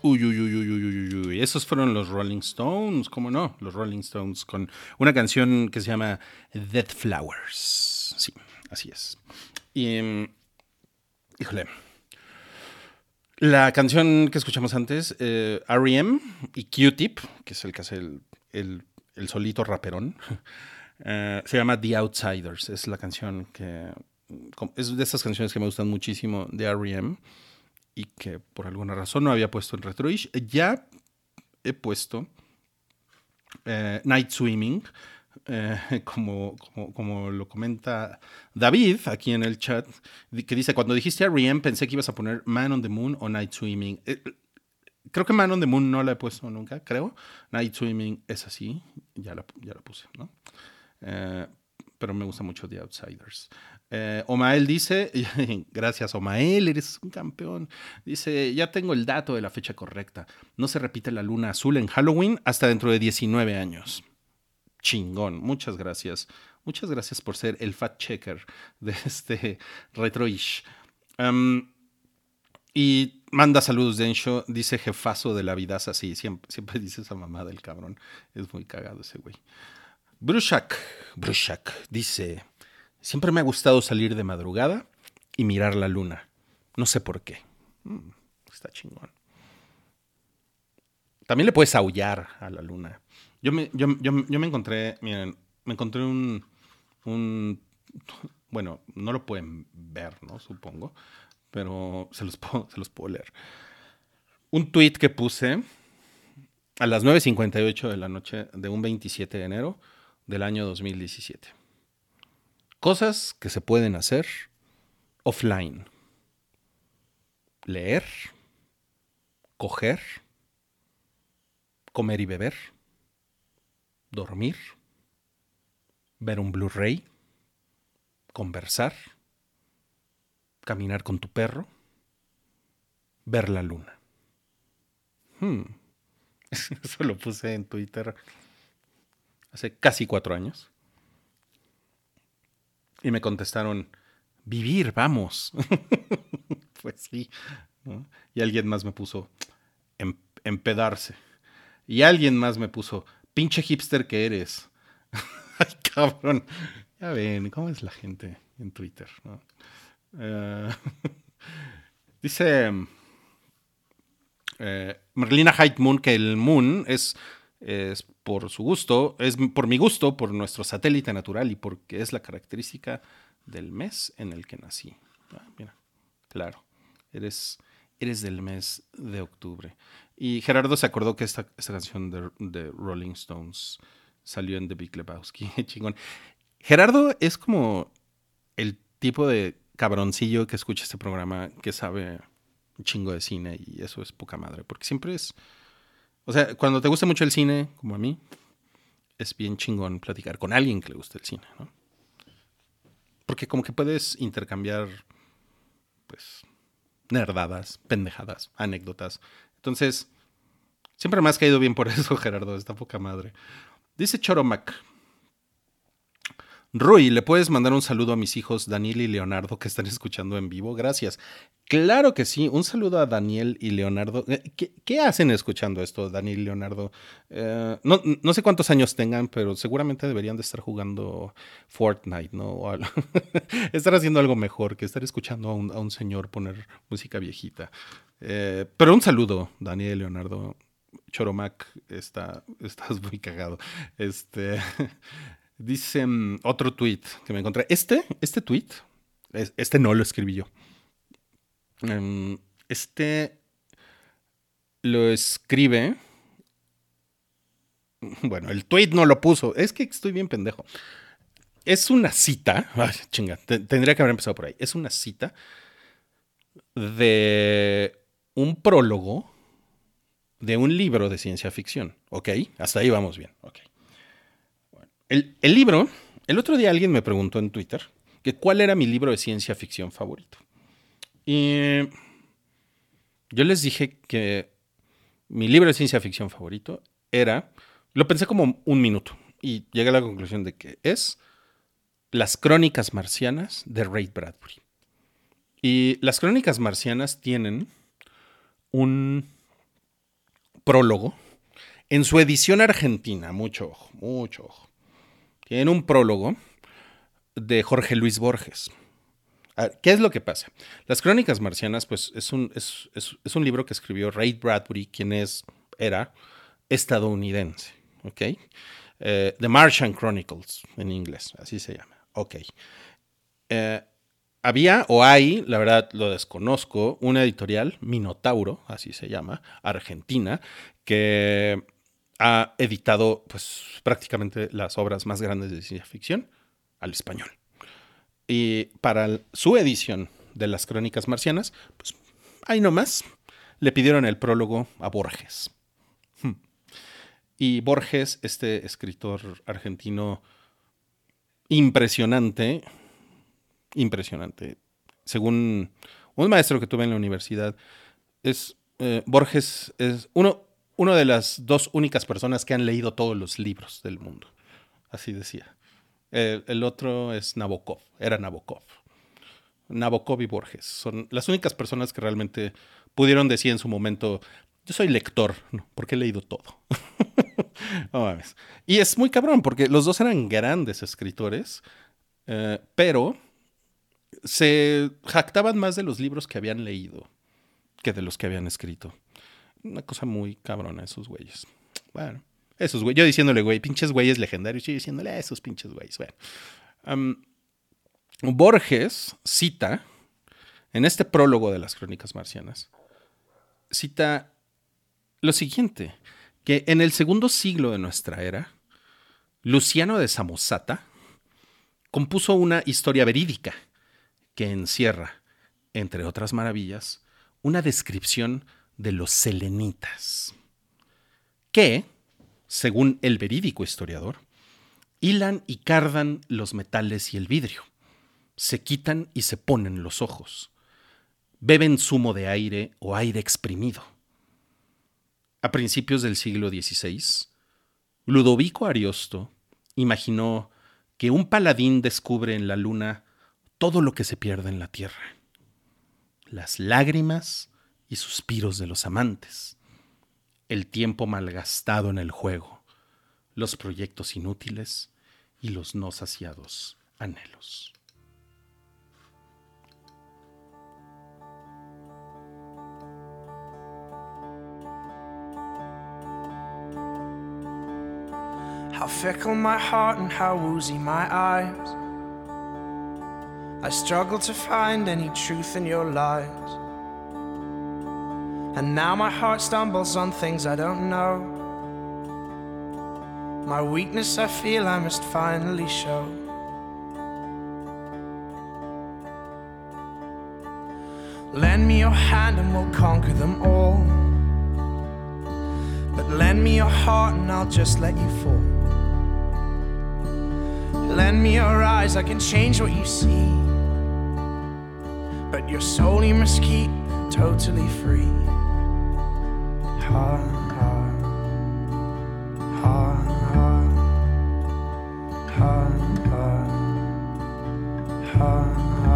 Uy, uy, uy, uy, uy, uy, uy. Esos fueron los Rolling Stones, ¿cómo no? Los Rolling Stones con una canción que se llama Dead Flowers. Sí, así es. Y, híjole, la canción que escuchamos antes, R.E.M. y Q-Tip, que es el que hace el solito raperón, se llama The Outsiders. Es la canción que... Es de esas canciones que me gustan muchísimo de R.E.M. y que por alguna razón no había puesto en Retroish. Ya he puesto Night Swimming, como lo comenta David aquí en el chat, que dice, cuando dijiste R.E.M. pensé que ibas a poner Man on the Moon o Night Swimming. Creo que Man on the Moon no la he puesto nunca, creo. Night Swimming es así, ya la puse, ¿no? Pero me gusta mucho The Outsiders. Omael dice, gracias Omael, eres un campeón. Dice, ya tengo el dato de la fecha correcta. No se repite la luna azul en Halloween hasta dentro de 19 años. Chingón, muchas gracias. Muchas gracias por ser el fact checker de este Retroish. Y manda saludos Densho, dice jefazo de la vidaza. Sí, siempre dice esa mamá del cabrón. Es muy cagado ese güey. Brushak dice, siempre me ha gustado salir de madrugada y mirar la luna. No sé por qué. Está chingón. También le puedes aullar a la luna. Yo me encontré, miren, un bueno, no lo pueden ver, ¿no? Supongo, pero se los puedo leer. Un tweet que puse a las 9:58 de la noche de un 27 de enero del año 2017. Cosas que se pueden hacer offline. Leer, coger, comer y beber, dormir, ver un Blu-ray, conversar, caminar con tu perro, ver la luna. Eso lo puse en Twitter hace casi 4 años. Y me contestaron, vivir, vamos. Pues sí, ¿no? Y alguien más me puso, empedarse. Y alguien más me puso, pinche hipster que eres. Ay, cabrón. Ya ven, ¿cómo es la gente en Twitter, ¿no? Dice Merlina Hyde Moon que el Moon es por su gusto, es por mi gusto, por nuestro satélite natural y porque es la característica del mes en el que nací. Mira, claro, eres del mes de octubre. Y Gerardo se acordó que esta canción de Rolling Stones salió en The Big Lebowski. Chingón. Gerardo es como el tipo de cabroncillo que escucha este programa que sabe un chingo de cine y eso es poca madre, porque siempre es... O sea, cuando te gusta mucho el cine, como a mí, es bien chingón platicar con alguien que le guste el cine, ¿no? Porque como que puedes intercambiar, pues, nerdadas, pendejadas, anécdotas. Entonces, siempre me has caído bien por eso, Gerardo, está poca madre. Dice Choromac, Rui, ¿le puedes mandar un saludo a mis hijos Daniel y Leonardo que están escuchando en vivo? Gracias. Claro que sí, un saludo a Daniel y Leonardo. ¿Qué hacen escuchando esto, Daniel y Leonardo? No sé cuántos años tengan, pero seguramente deberían de estar jugando Fortnite, ¿no? O estar haciendo algo mejor que estar escuchando a un señor poner música viejita. Pero un saludo, Daniel y Leonardo. Choromac, estás muy cagado. Dice otro tweet que me encontré. Este tweet, no lo escribí yo. Lo escribe. Bueno, el tweet no lo puso. Es que estoy bien pendejo. Es una cita. Ay, chinga, tendría que haber empezado por ahí. Es una cita de un prólogo de un libro de ciencia ficción. ¿Ok? Hasta ahí vamos bien. Ok. El libro, el otro día alguien me preguntó en Twitter que cuál era mi libro de ciencia ficción favorito. Y yo les dije que mi libro de ciencia ficción favorito era, lo pensé como un minuto y llegué a la conclusión de que es Las Crónicas Marcianas de Ray Bradbury. Y Las Crónicas Marcianas tienen un prólogo. En su edición argentina, mucho ojo, mucho ojo. Tiene un prólogo de Jorge Luis Borges. ¿Qué es lo que pasa? Las Crónicas Marcianas, pues, es un libro que escribió Ray Bradbury, quien era estadounidense, ¿ok? The Martian Chronicles, en inglés, así se llama, ok. Había o hay, la verdad lo desconozco, una editorial, Minotauro, así se llama, argentina, que ha editado, pues, prácticamente las obras más grandes de ciencia ficción al español. Y para su edición de las Crónicas Marcianas, pues ahí nomás le pidieron el prólogo a Borges. Y Borges, este escritor argentino impresionante, según un maestro que tuve en la universidad, Borges es uno de las dos únicas personas que han leído todos los libros del mundo. Así decía. El otro es Nabokov, era Nabokov. Nabokov y Borges son las únicas personas que realmente pudieron decir en su momento, yo soy lector, ¿no? Porque he leído todo. No mames. Y es muy cabrón, porque los dos eran grandes escritores, pero se jactaban más de los libros que habían leído que de los que habían escrito. Una cosa muy cabrona esos güeyes. Bueno. Esos güeyes, yo diciéndole, güey, pinches güeyes legendarios, yo diciéndole a esos pinches güeyes. Bueno. Borges cita, en este prólogo de las Crónicas Marcianas, cita lo siguiente, que en el segundo siglo de nuestra era, Luciano de Samosata compuso una historia verídica que encierra, entre otras maravillas, una descripción de los selenitas, que, según el verídico historiador, hilan y cardan los metales y el vidrio, se quitan y se ponen los ojos, beben zumo de aire o aire exprimido. A principios del siglo XVI, Ludovico Ariosto imaginó que un paladín descubre en la luna todo lo que se pierde en la tierra, las lágrimas y suspiros de los amantes, el tiempo malgastado en el juego, los proyectos inútiles y los no saciados anhelos. How fickle my heart and how woozy my eyes. I struggle to find any truth in your lies. And now my heart stumbles on things I don't know. My weakness I feel I must finally show. Lend me your hand and we'll conquer them all. But lend me your heart and I'll just let you fall. Lend me your eyes, I can change what you see. But your soul you must keep totally free. Ha, ha, ha, ha, ha, ha, ha.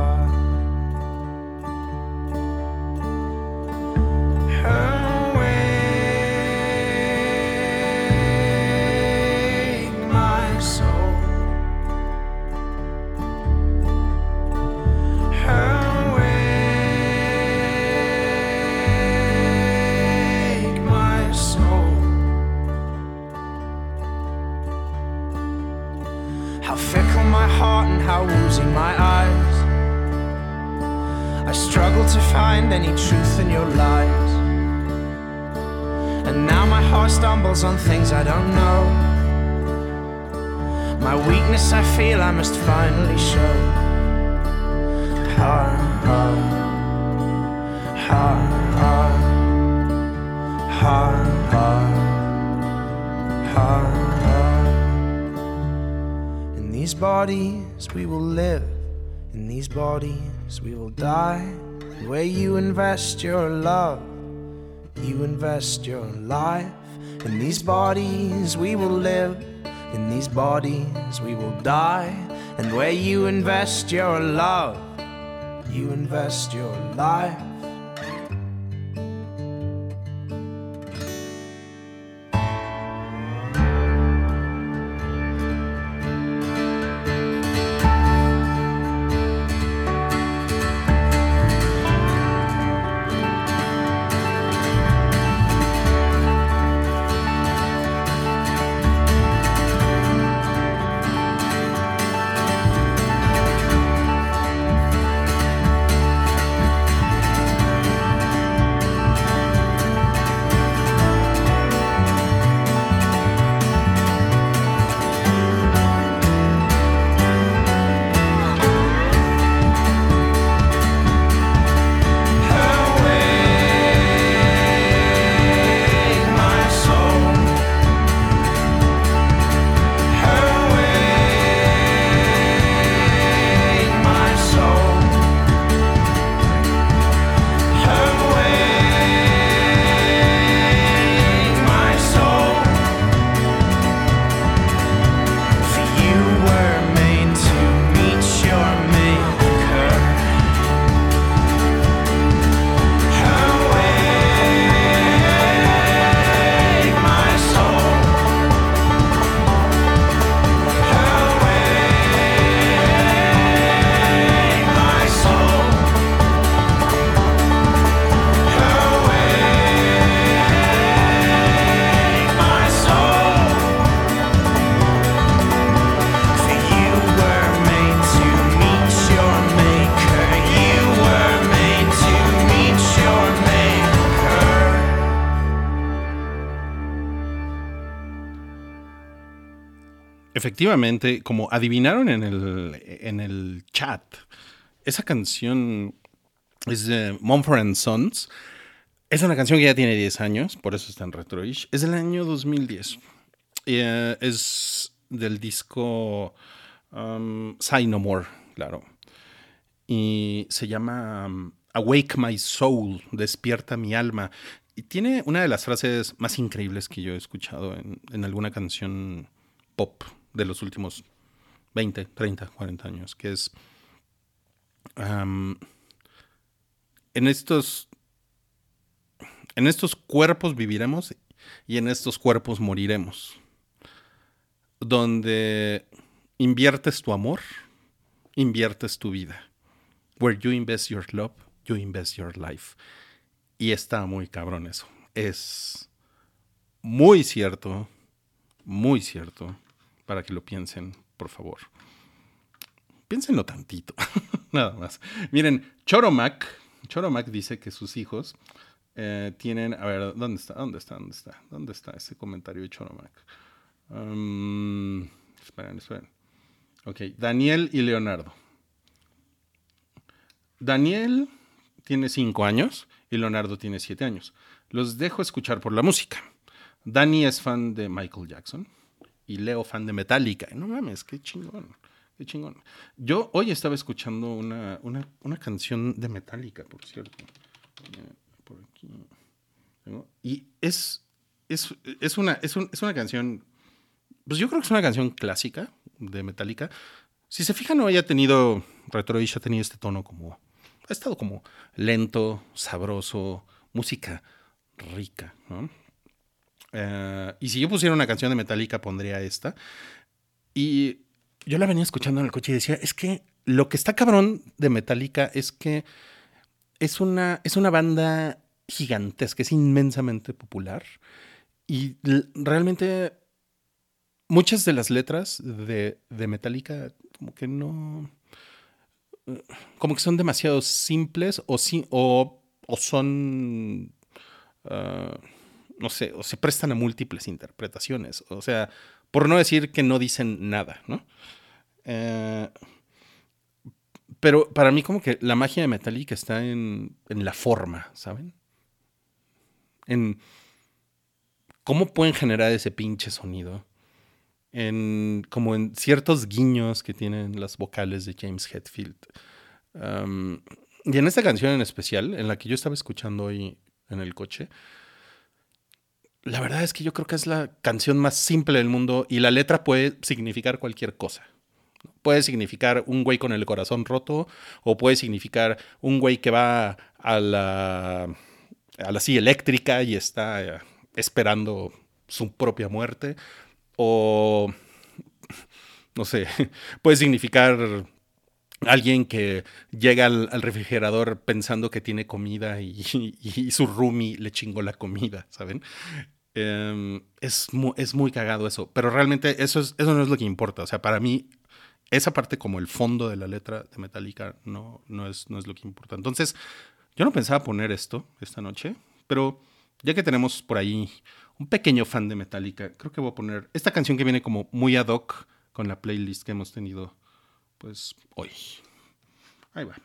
To find any truth in your lies. And now my heart stumbles on things I don't know. My weakness I feel I must finally show. Ha, ha, ha, ha, ha, ha, ha, ha. In these bodies we will live. In these bodies we will die. Where you invest your love, you invest your life. In these bodies we will live, in these bodies we will die. And where you invest your love, you invest your life. efectivamente, como adivinaron en el chat, esa canción es de Mumford & Sons. Es una canción que ya tiene 10 años, por eso está en Retroish. Es del año 2010. Es del disco Say No More, claro. Y se llama Awake My Soul, Despierta mi alma. Y tiene una de las frases más increíbles que yo he escuchado en alguna canción pop de los últimos 20, 30, 40 años, que es en estos cuerpos viviremos y en estos cuerpos moriremos. Donde inviertes tu amor, inviertes tu vida. Where you invest your love, you invest your life. Y está muy cabrón eso. Es muy cierto, para que lo piensen, por favor. Piénsenlo tantito, nada más. Miren, Choromac dice que sus hijos tienen... A ver, ¿dónde está ese comentario de Choromac? Esperen. Ok, Daniel y Leonardo. Daniel tiene 5 años y Leonardo tiene 7 años. Los dejo escuchar por la música. Dani es fan de Michael Jackson y Leo fan de Metallica. No mames, qué chingón. Yo hoy estaba escuchando una canción de Metallica, por cierto. Por aquí. Y es una canción... Pues yo creo que es una canción clásica de Metallica. Si se fijan, no haya tenido... Retroish ha tenido este tono como... Ha estado como lento, sabroso, música rica, ¿no? Y si yo pusiera una canción de Metallica, pondría esta. Y yo la venía escuchando en el coche y decía, es que lo que está cabrón de Metallica es que es una banda gigantesca, es inmensamente popular. Y realmente muchas de las letras de Metallica como que no... Como que son demasiado simples o son... no sé, o se prestan a múltiples interpretaciones. O sea, por no decir que no dicen nada, ¿no? Pero para mí como que la magia de Metallica está en la forma, ¿saben? En cómo pueden generar ese pinche sonido. Como en ciertos guiños que tienen las vocales de James Hetfield. Y en esta canción en especial, en la que yo estaba escuchando hoy en el coche, la verdad es que yo creo que es la canción más simple del mundo y la letra puede significar cualquier cosa. Puede significar un güey con el corazón roto o puede significar un güey que va a la silla eléctrica y está esperando su propia muerte. O, no sé, puede significar alguien que llega al refrigerador pensando que tiene comida y su roomie le chingó la comida, ¿saben? Es muy cagado eso, pero realmente eso no es lo que importa. O sea, para mí, esa parte como el fondo de la letra de Metallica no es lo que importa. Entonces, yo no pensaba poner esto esta noche, pero ya que tenemos por ahí un pequeño fan de Metallica, creo que voy a poner esta canción que viene como muy ad hoc con la playlist que hemos tenido pues hoy. Ahí va.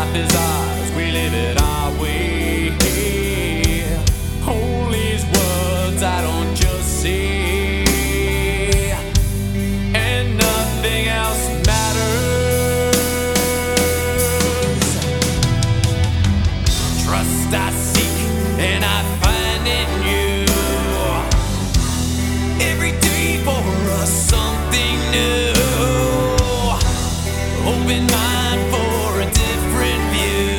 life is ours, we live it our way. All these words I don't just say, and nothing else matters. Trust I seek and I find in you. Every day for us something new. Open mind for a different view,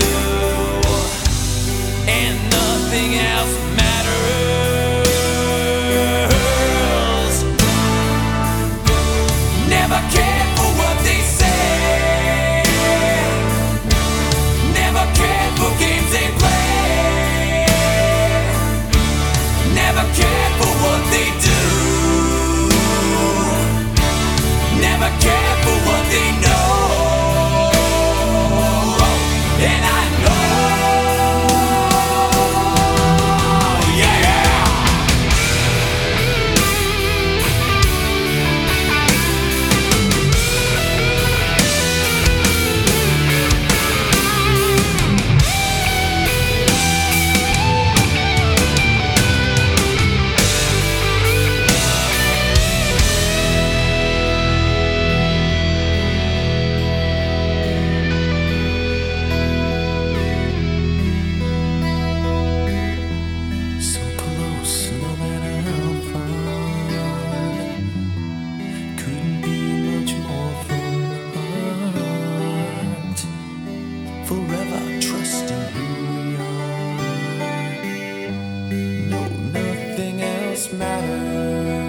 and nothing else matters. Never cared for what they say, never cared for games they play, never cared for what they do, never cared for what they know. And I know, yeah. So close, no matter how far. Couldn't be much more from the heart. Forever trusting who we are. No, nothing else matters.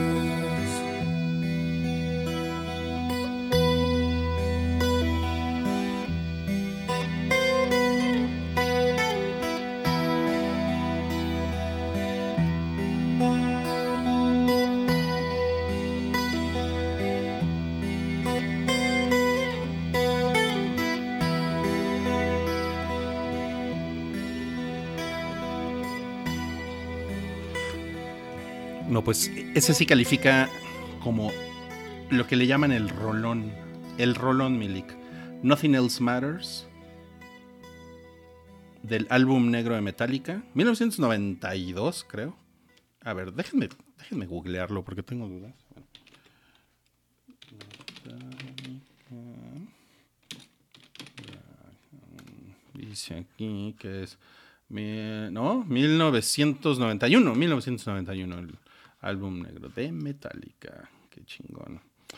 No, pues ese sí califica como lo que le llaman el rolón. El rolón, Milik. Nothing Else Matters. Del álbum negro de Metallica. 1992, creo. A ver, déjenme googlearlo porque tengo dudas. Dice aquí que es... No, 1991 el álbum negro de Metallica. Qué chingón.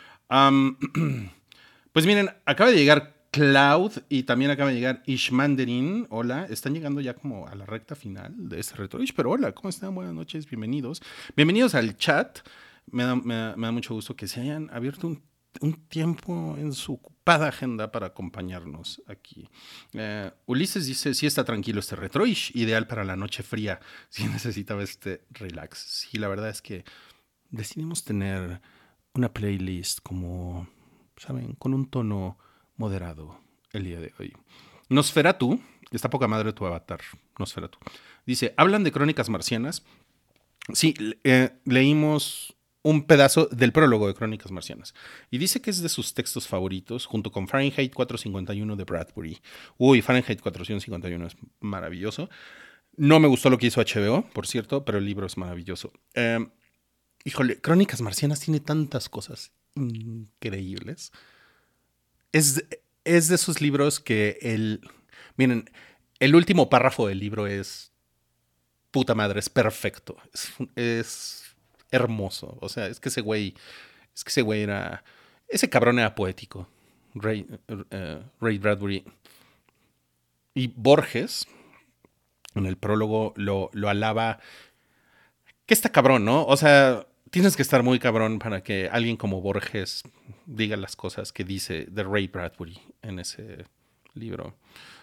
Pues miren, acaba de llegar Cloud y también acaba de llegar Ishmandarin. Hola, están llegando ya como a la recta final de este Retroish, pero hola, ¿cómo están? Buenas noches, bienvenidos. Bienvenidos al chat. Me da mucho gusto que se hayan abierto un tiempo en su ocupada agenda para acompañarnos aquí. Ulises dice, sí está tranquilo este Retroish, ideal para la noche fría, si necesitaba este relax. Sí, la verdad es que decidimos tener una playlist como, ¿saben? Con un tono moderado el día de hoy. Nosferatu, está poca madre tu avatar, Nosferatu. Dice, ¿hablan de Crónicas Marcianas? Sí, leímos un pedazo del prólogo de Crónicas Marcianas. Y dice que es de sus textos favoritos, junto con Fahrenheit 451 de Bradbury. Uy, Fahrenheit 451 es maravilloso. No me gustó lo que hizo HBO, por cierto, pero el libro es maravilloso. Híjole, Crónicas Marcianas tiene tantas cosas increíbles. Es de esos libros que miren, el último párrafo del libro es puta madre, es perfecto. Es hermoso. O sea, es que ese güey era... Ese cabrón era poético. Ray Bradbury. Y Borges, en el prólogo, lo alaba. Que está cabrón, ¿no? O sea, tienes que estar muy cabrón para que alguien como Borges diga las cosas que dice de Ray Bradbury en ese libro.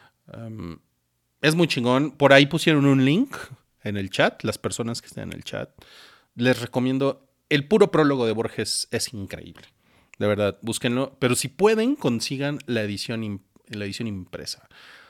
Es muy chingón. Por ahí pusieron un link en el chat. Las personas que estén en el chat, les recomiendo. El puro prólogo de Borges es increíble. De verdad, búsquenlo. Pero si pueden, consigan la edición impresa.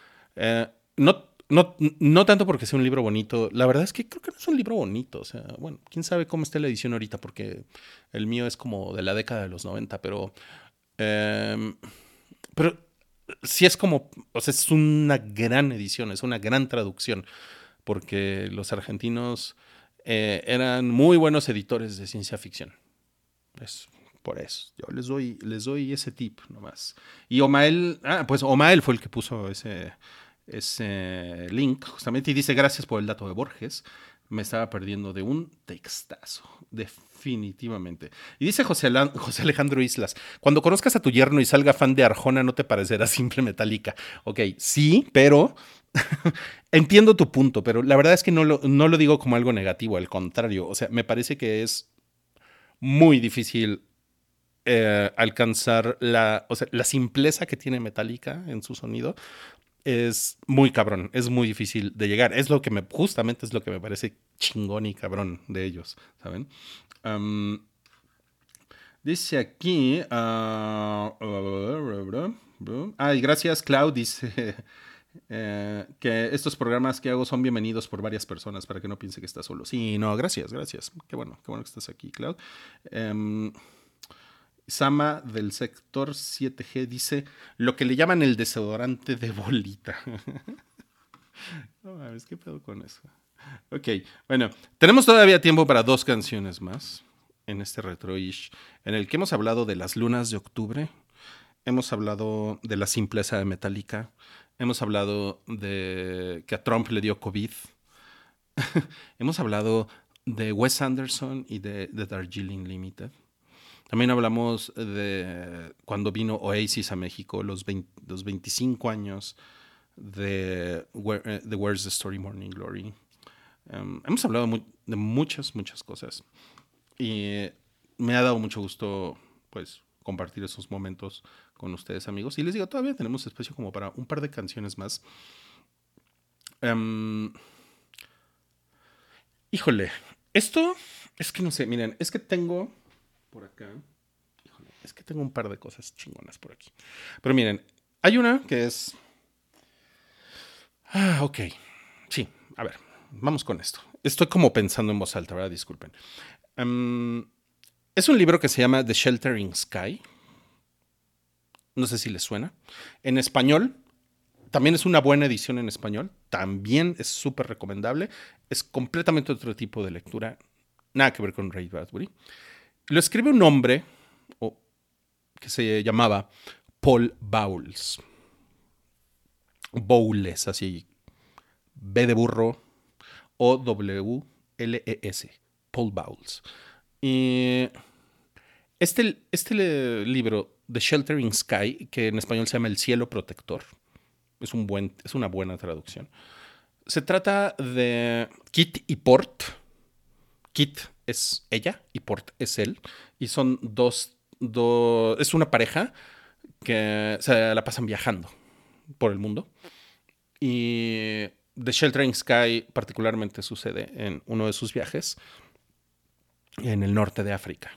No tanto porque sea un libro bonito. La verdad es que creo que no es un libro bonito. O sea, bueno, quién sabe cómo está la edición ahorita, porque el mío es como de la década de los 90, pero sí es como, o sea, es una gran edición, es una gran traducción, porque los argentinos eran muy buenos editores de ciencia ficción. Es por eso, yo les doy ese tip nomás. Y Omael, pues Omael fue el que puso ese link justamente y dice: gracias por el dato de Borges. Me estaba perdiendo de un textazo, definitivamente. Y dice José Alejandro Islas: cuando conozcas a tu yerno y salga fan de Arjona, no te parecerá simple metálica. Ok, sí, pero entiendo tu punto, pero la verdad es que no lo digo como algo negativo, al contrario. O sea, me parece que es muy difícil alcanzar la simpleza que tiene Metallica en su sonido. Es muy cabrón, es muy difícil de llegar. Justamente es lo que me parece chingón y cabrón de ellos, ¿saben? Dice aquí... y gracias, Cloud, dice que estos programas que hago son bienvenidos por varias personas para que no piense que está solo. Sí, no, gracias. Qué bueno que estás aquí, Cloud. Sama del sector 7G dice: lo que le llaman el desodorante de bolita. No mames, ¿qué pedo con eso? Ok, bueno, tenemos todavía tiempo para 2 canciones más en este Retroish, en el que hemos hablado de las lunas de octubre, hemos hablado de la simpleza de Metallica, hemos hablado de que a Trump le dio COVID, hemos hablado de Wes Anderson y de Darjeeling Limited. También hablamos de cuando vino Oasis a México, los 25 años de Where's the Story Morning Glory. Hemos hablado de muchas cosas. Y me ha dado mucho gusto, pues, compartir esos momentos con ustedes, amigos. Y les digo, todavía tenemos espacio como para un par de canciones más. Híjole, esto es que no sé, miren, es que tengo... por acá. Híjole, es que tengo un par de cosas chingonas por aquí. Pero miren, hay una que es... ok. Sí, a ver, vamos con esto. Estoy como pensando en voz alta, ¿verdad? Disculpen. Es un libro que se llama The Sheltering Sky. No sé si les suena. En español, también es una buena edición en español. También es súper recomendable. Es completamente otro tipo de lectura. Nada que ver con Ray Bradbury. Lo escribe un hombre que se llamaba Paul Bowles. Bowles, así. B de burro. O-W-L-E-S. Paul Bowles. Y este libro, The Sheltering Sky, que en español se llama El cielo protector, es una buena traducción. Se trata de Kit y Port. Kit es ella y Port es él. Y son es una pareja que se la pasan viajando por el mundo. Y The Sheltering Sky particularmente sucede en uno de sus viajes en el norte de África.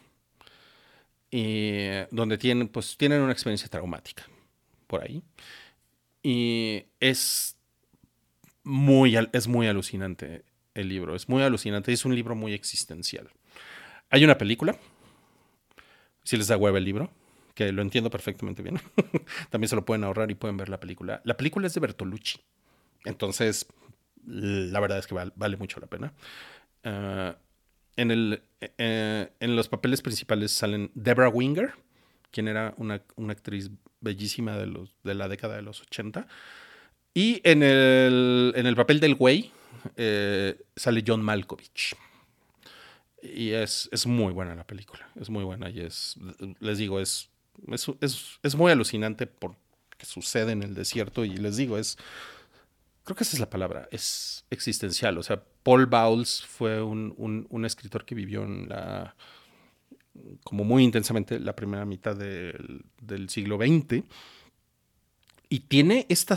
Y donde tienen una experiencia traumática por ahí. Y es muy alucinante el libro. Es muy alucinante. Es un libro muy existencial. Hay una película. Si les da hueva el libro, que lo entiendo perfectamente bien. También se lo pueden ahorrar y pueden ver la película. La película es de Bertolucci. Entonces, la verdad es que vale mucho la pena. En los papeles principales salen Debra Winger, quien era una actriz bellísima de la década de los 80. Y en el papel del güey sale John Malkovich. Y es muy buena la película. Es muy buena y les digo, es muy alucinante porque sucede en el desierto. Y les digo, creo que esa es la palabra, es existencial. O sea, Paul Bowles fue un escritor que vivió como muy intensamente la primera mitad del siglo XX. Y tiene esta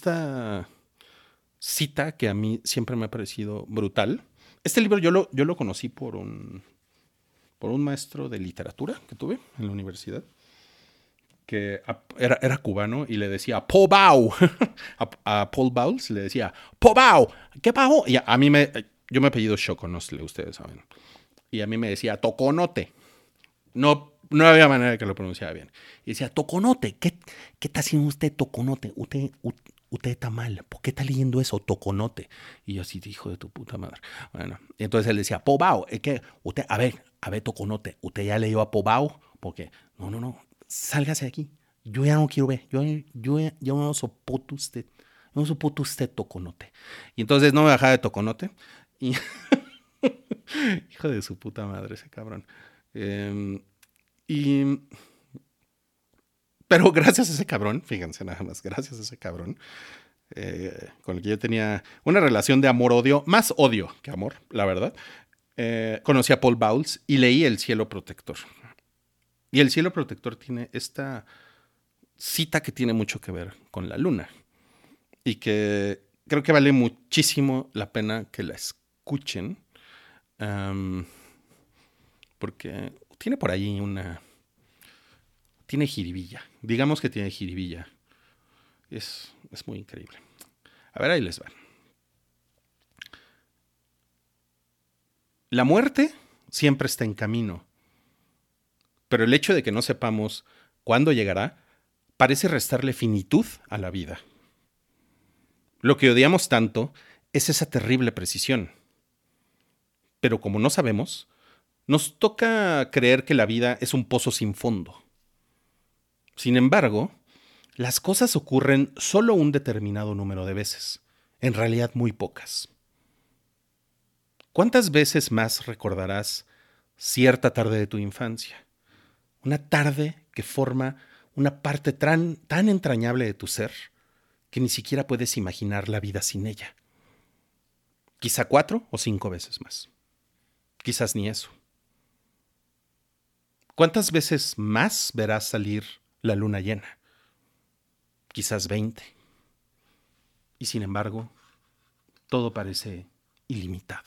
cita que a mí siempre me ha parecido brutal. Este libro yo lo conocí por un maestro de literatura que tuve en la universidad, que era cubano y le decía Paul Bau a Paul Bowles le decía Paul Bau, ¿qué pasó? Y a mí yo me apellido Shoconostle, ustedes saben, y a mí me decía Toconote. No no había manera de que lo pronunciara bien. Y decía, Toconote, ¿qué está haciendo usted, Toconote? Usted está mal, ¿por qué está leyendo eso, Toconote? Y yo así, hijo de tu puta madre. Bueno, y entonces él decía, Pobao, es que usted, a ver, Toconote, usted ya leyó a Pobao, porque, no, sálgase de aquí. Yo ya no quiero ver, yo ya no soporto usted. No soporto usted, Toconote. Y entonces no me bajaba de Toconote. Y hijo de su puta madre ese cabrón. Pero gracias a ese cabrón, fíjense nada más, gracias a ese cabrón, con el que yo tenía una relación de amor-odio, más odio que amor, la verdad, conocí a Paul Bowles y leí El cielo protector. Y El cielo protector tiene esta cita que tiene mucho que ver con la luna y que creo que vale muchísimo la pena que la escuchen, porque tiene por ahí tiene jiribilla. Digamos que tiene jiribilla. Es muy increíble. A ver, ahí les va. La muerte siempre está en camino, pero el hecho de que no sepamos cuándo llegará parece restarle finitud a la vida. Lo que odiamos tanto es esa terrible precisión. Pero como no sabemos, nos toca creer que la vida es un pozo sin fondo. Sin embargo, las cosas ocurren solo un determinado número de veces, en realidad muy pocas. ¿Cuántas veces más recordarás cierta tarde de tu infancia? Una tarde que forma una parte tan entrañable de tu ser que ni siquiera puedes imaginar la vida sin ella. Quizá 4 o 5 veces más. Quizás ni eso. ¿Cuántas veces más verás salir la luna llena? Quizás 20. Y sin embargo, todo parece ilimitado.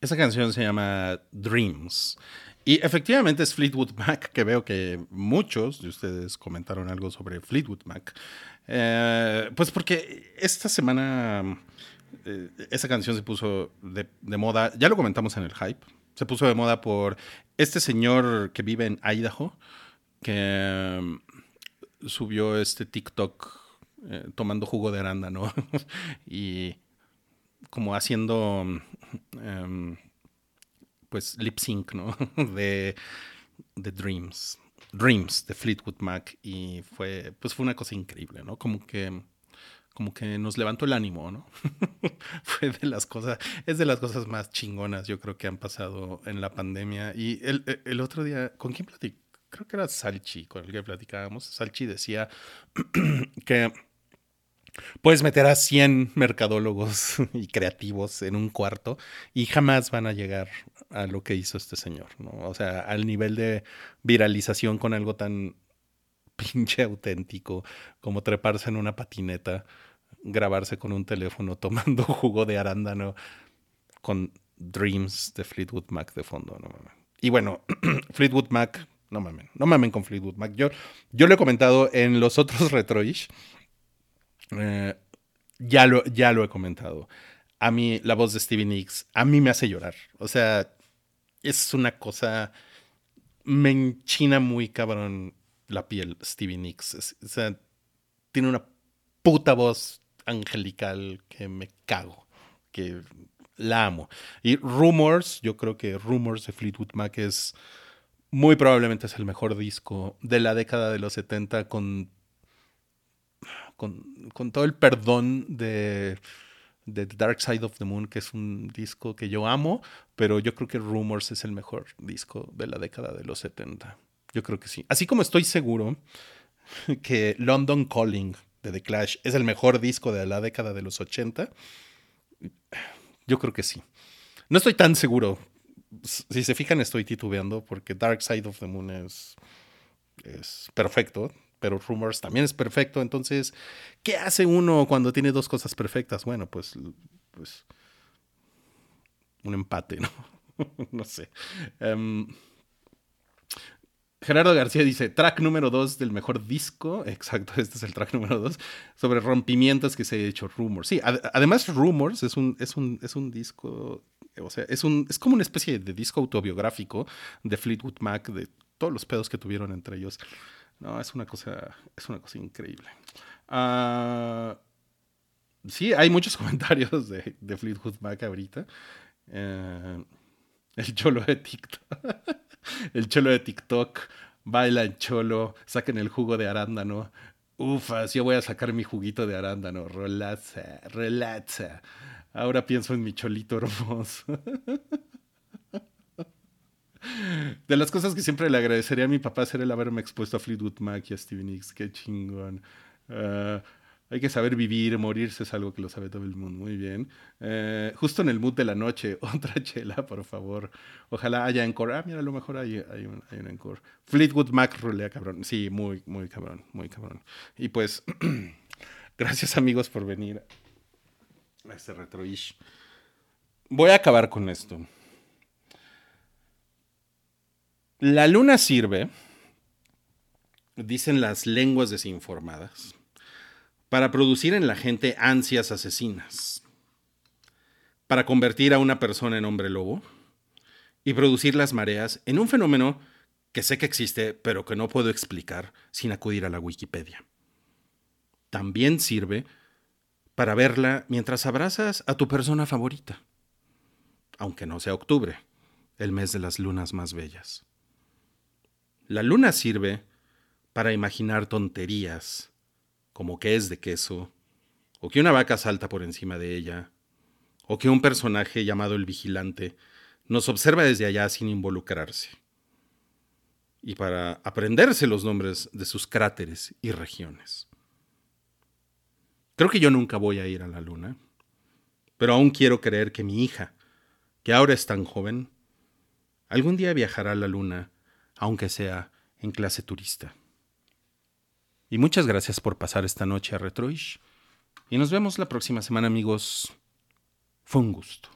Esa canción se llama Dreams. Y efectivamente es Fleetwood Mac, que veo que muchos de ustedes comentaron algo sobre Fleetwood Mac. Pues porque esta semana esa canción se puso de moda. Ya lo comentamos en el hype. Se puso de moda por este señor que vive en Idaho, que subió este TikTok tomando jugo de arándano y como haciendo pues lip sync, ¿no? de Dreams de Fleetwood Mac, y fue una cosa increíble, ¿no? Como que nos levantó el ánimo, ¿no? Es de las cosas más chingonas, yo creo, que han pasado en la pandemia. Y el otro día, ¿con quién platicé? Creo que era Salchi, con el que platicábamos. Salchi decía que puedes meter a 100 mercadólogos y creativos en un cuarto y jamás van a llegar a lo que hizo este señor, ¿no? O sea, al nivel de viralización con algo tan pinche auténtico como treparse en una patineta, grabarse con un teléfono tomando jugo de arándano con Dreams de Fleetwood Mac de fondo, ¿no? Y bueno, Fleetwood Mac, no mamen con Fleetwood Mac. Yo lo he comentado en los otros Retroish. Ya lo he comentado. A mí la voz de Stevie Nicks a mí me hace llorar. O sea, es una cosa, me enchina muy cabrón la piel Stevie Nicks. O sea, tiene una puta voz angelical que me cago, que la amo. Y Rumors, yo creo que Rumors de Fleetwood Mac muy probablemente es el mejor disco de la década de los 70 con todo el perdón de The Dark Side of the Moon, que es un disco que yo amo, pero yo creo que Rumors es el mejor disco de la década de los 70. Yo creo que sí. Así como estoy seguro que London Calling de The Clash es el mejor disco de la década de los 80, yo creo que sí. No estoy tan seguro. Si se fijan, estoy titubeando porque Dark Side of the Moon es perfecto, pero Rumors también es perfecto. Entonces, ¿qué hace uno cuando tiene dos cosas perfectas? Bueno, pues un empate, ¿no? No sé. Gerardo García dice, track número 2 del mejor disco. Exacto, este es el track número 2. Sobre rompimientos que se ha hecho Rumors. Sí, además Rumors es un disco, o sea, es como una especie de disco autobiográfico de Fleetwood Mac, de todos los pedos que tuvieron entre ellos. No, es una cosa increíble. Sí, hay muchos comentarios de Fleetwood Mac ahorita. El cholo de TikTok. El cholo de TikTok. Baila el cholo. Saquen el jugo de arándano. Ufas, yo voy a sacar mi juguito de arándano. Relaxa. Ahora pienso en mi cholito hermoso. De las cosas que siempre le agradecería a mi papá sería el haberme expuesto a Fleetwood Mac y a Stevie Nicks. Qué chingón. Hay que saber vivir, morirse es algo que lo sabe todo el mundo. Muy bien. Justo en el mood de la noche, otra chela, por favor. Ojalá haya encore. Mira, a lo mejor hay un encore. Fleetwood Mac rolea, cabrón. Sí, muy, muy cabrón, muy cabrón. Y pues, gracias amigos por venir a este Retroish. Voy a acabar con esto. La luna sirve, dicen las lenguas desinformadas, para producir en la gente ansias asesinas, para convertir a una persona en hombre lobo y producir las mareas en un fenómeno que sé que existe, pero que no puedo explicar sin acudir a la Wikipedia. También sirve para verla mientras abrazas a tu persona favorita, aunque no sea octubre, el mes de las lunas más bellas. La luna sirve para imaginar tonterías, como que es de queso, o que una vaca salta por encima de ella, o que un personaje llamado el Vigilante nos observa desde allá sin involucrarse, y para aprenderse los nombres de sus cráteres y regiones. Creo que yo nunca voy a ir a la luna, pero aún quiero creer que mi hija, que ahora es tan joven, algún día viajará a la luna, aunque sea en clase turista. Y muchas gracias por pasar esta noche a Retroish. Y nos vemos la próxima semana, amigos. Fue un gusto.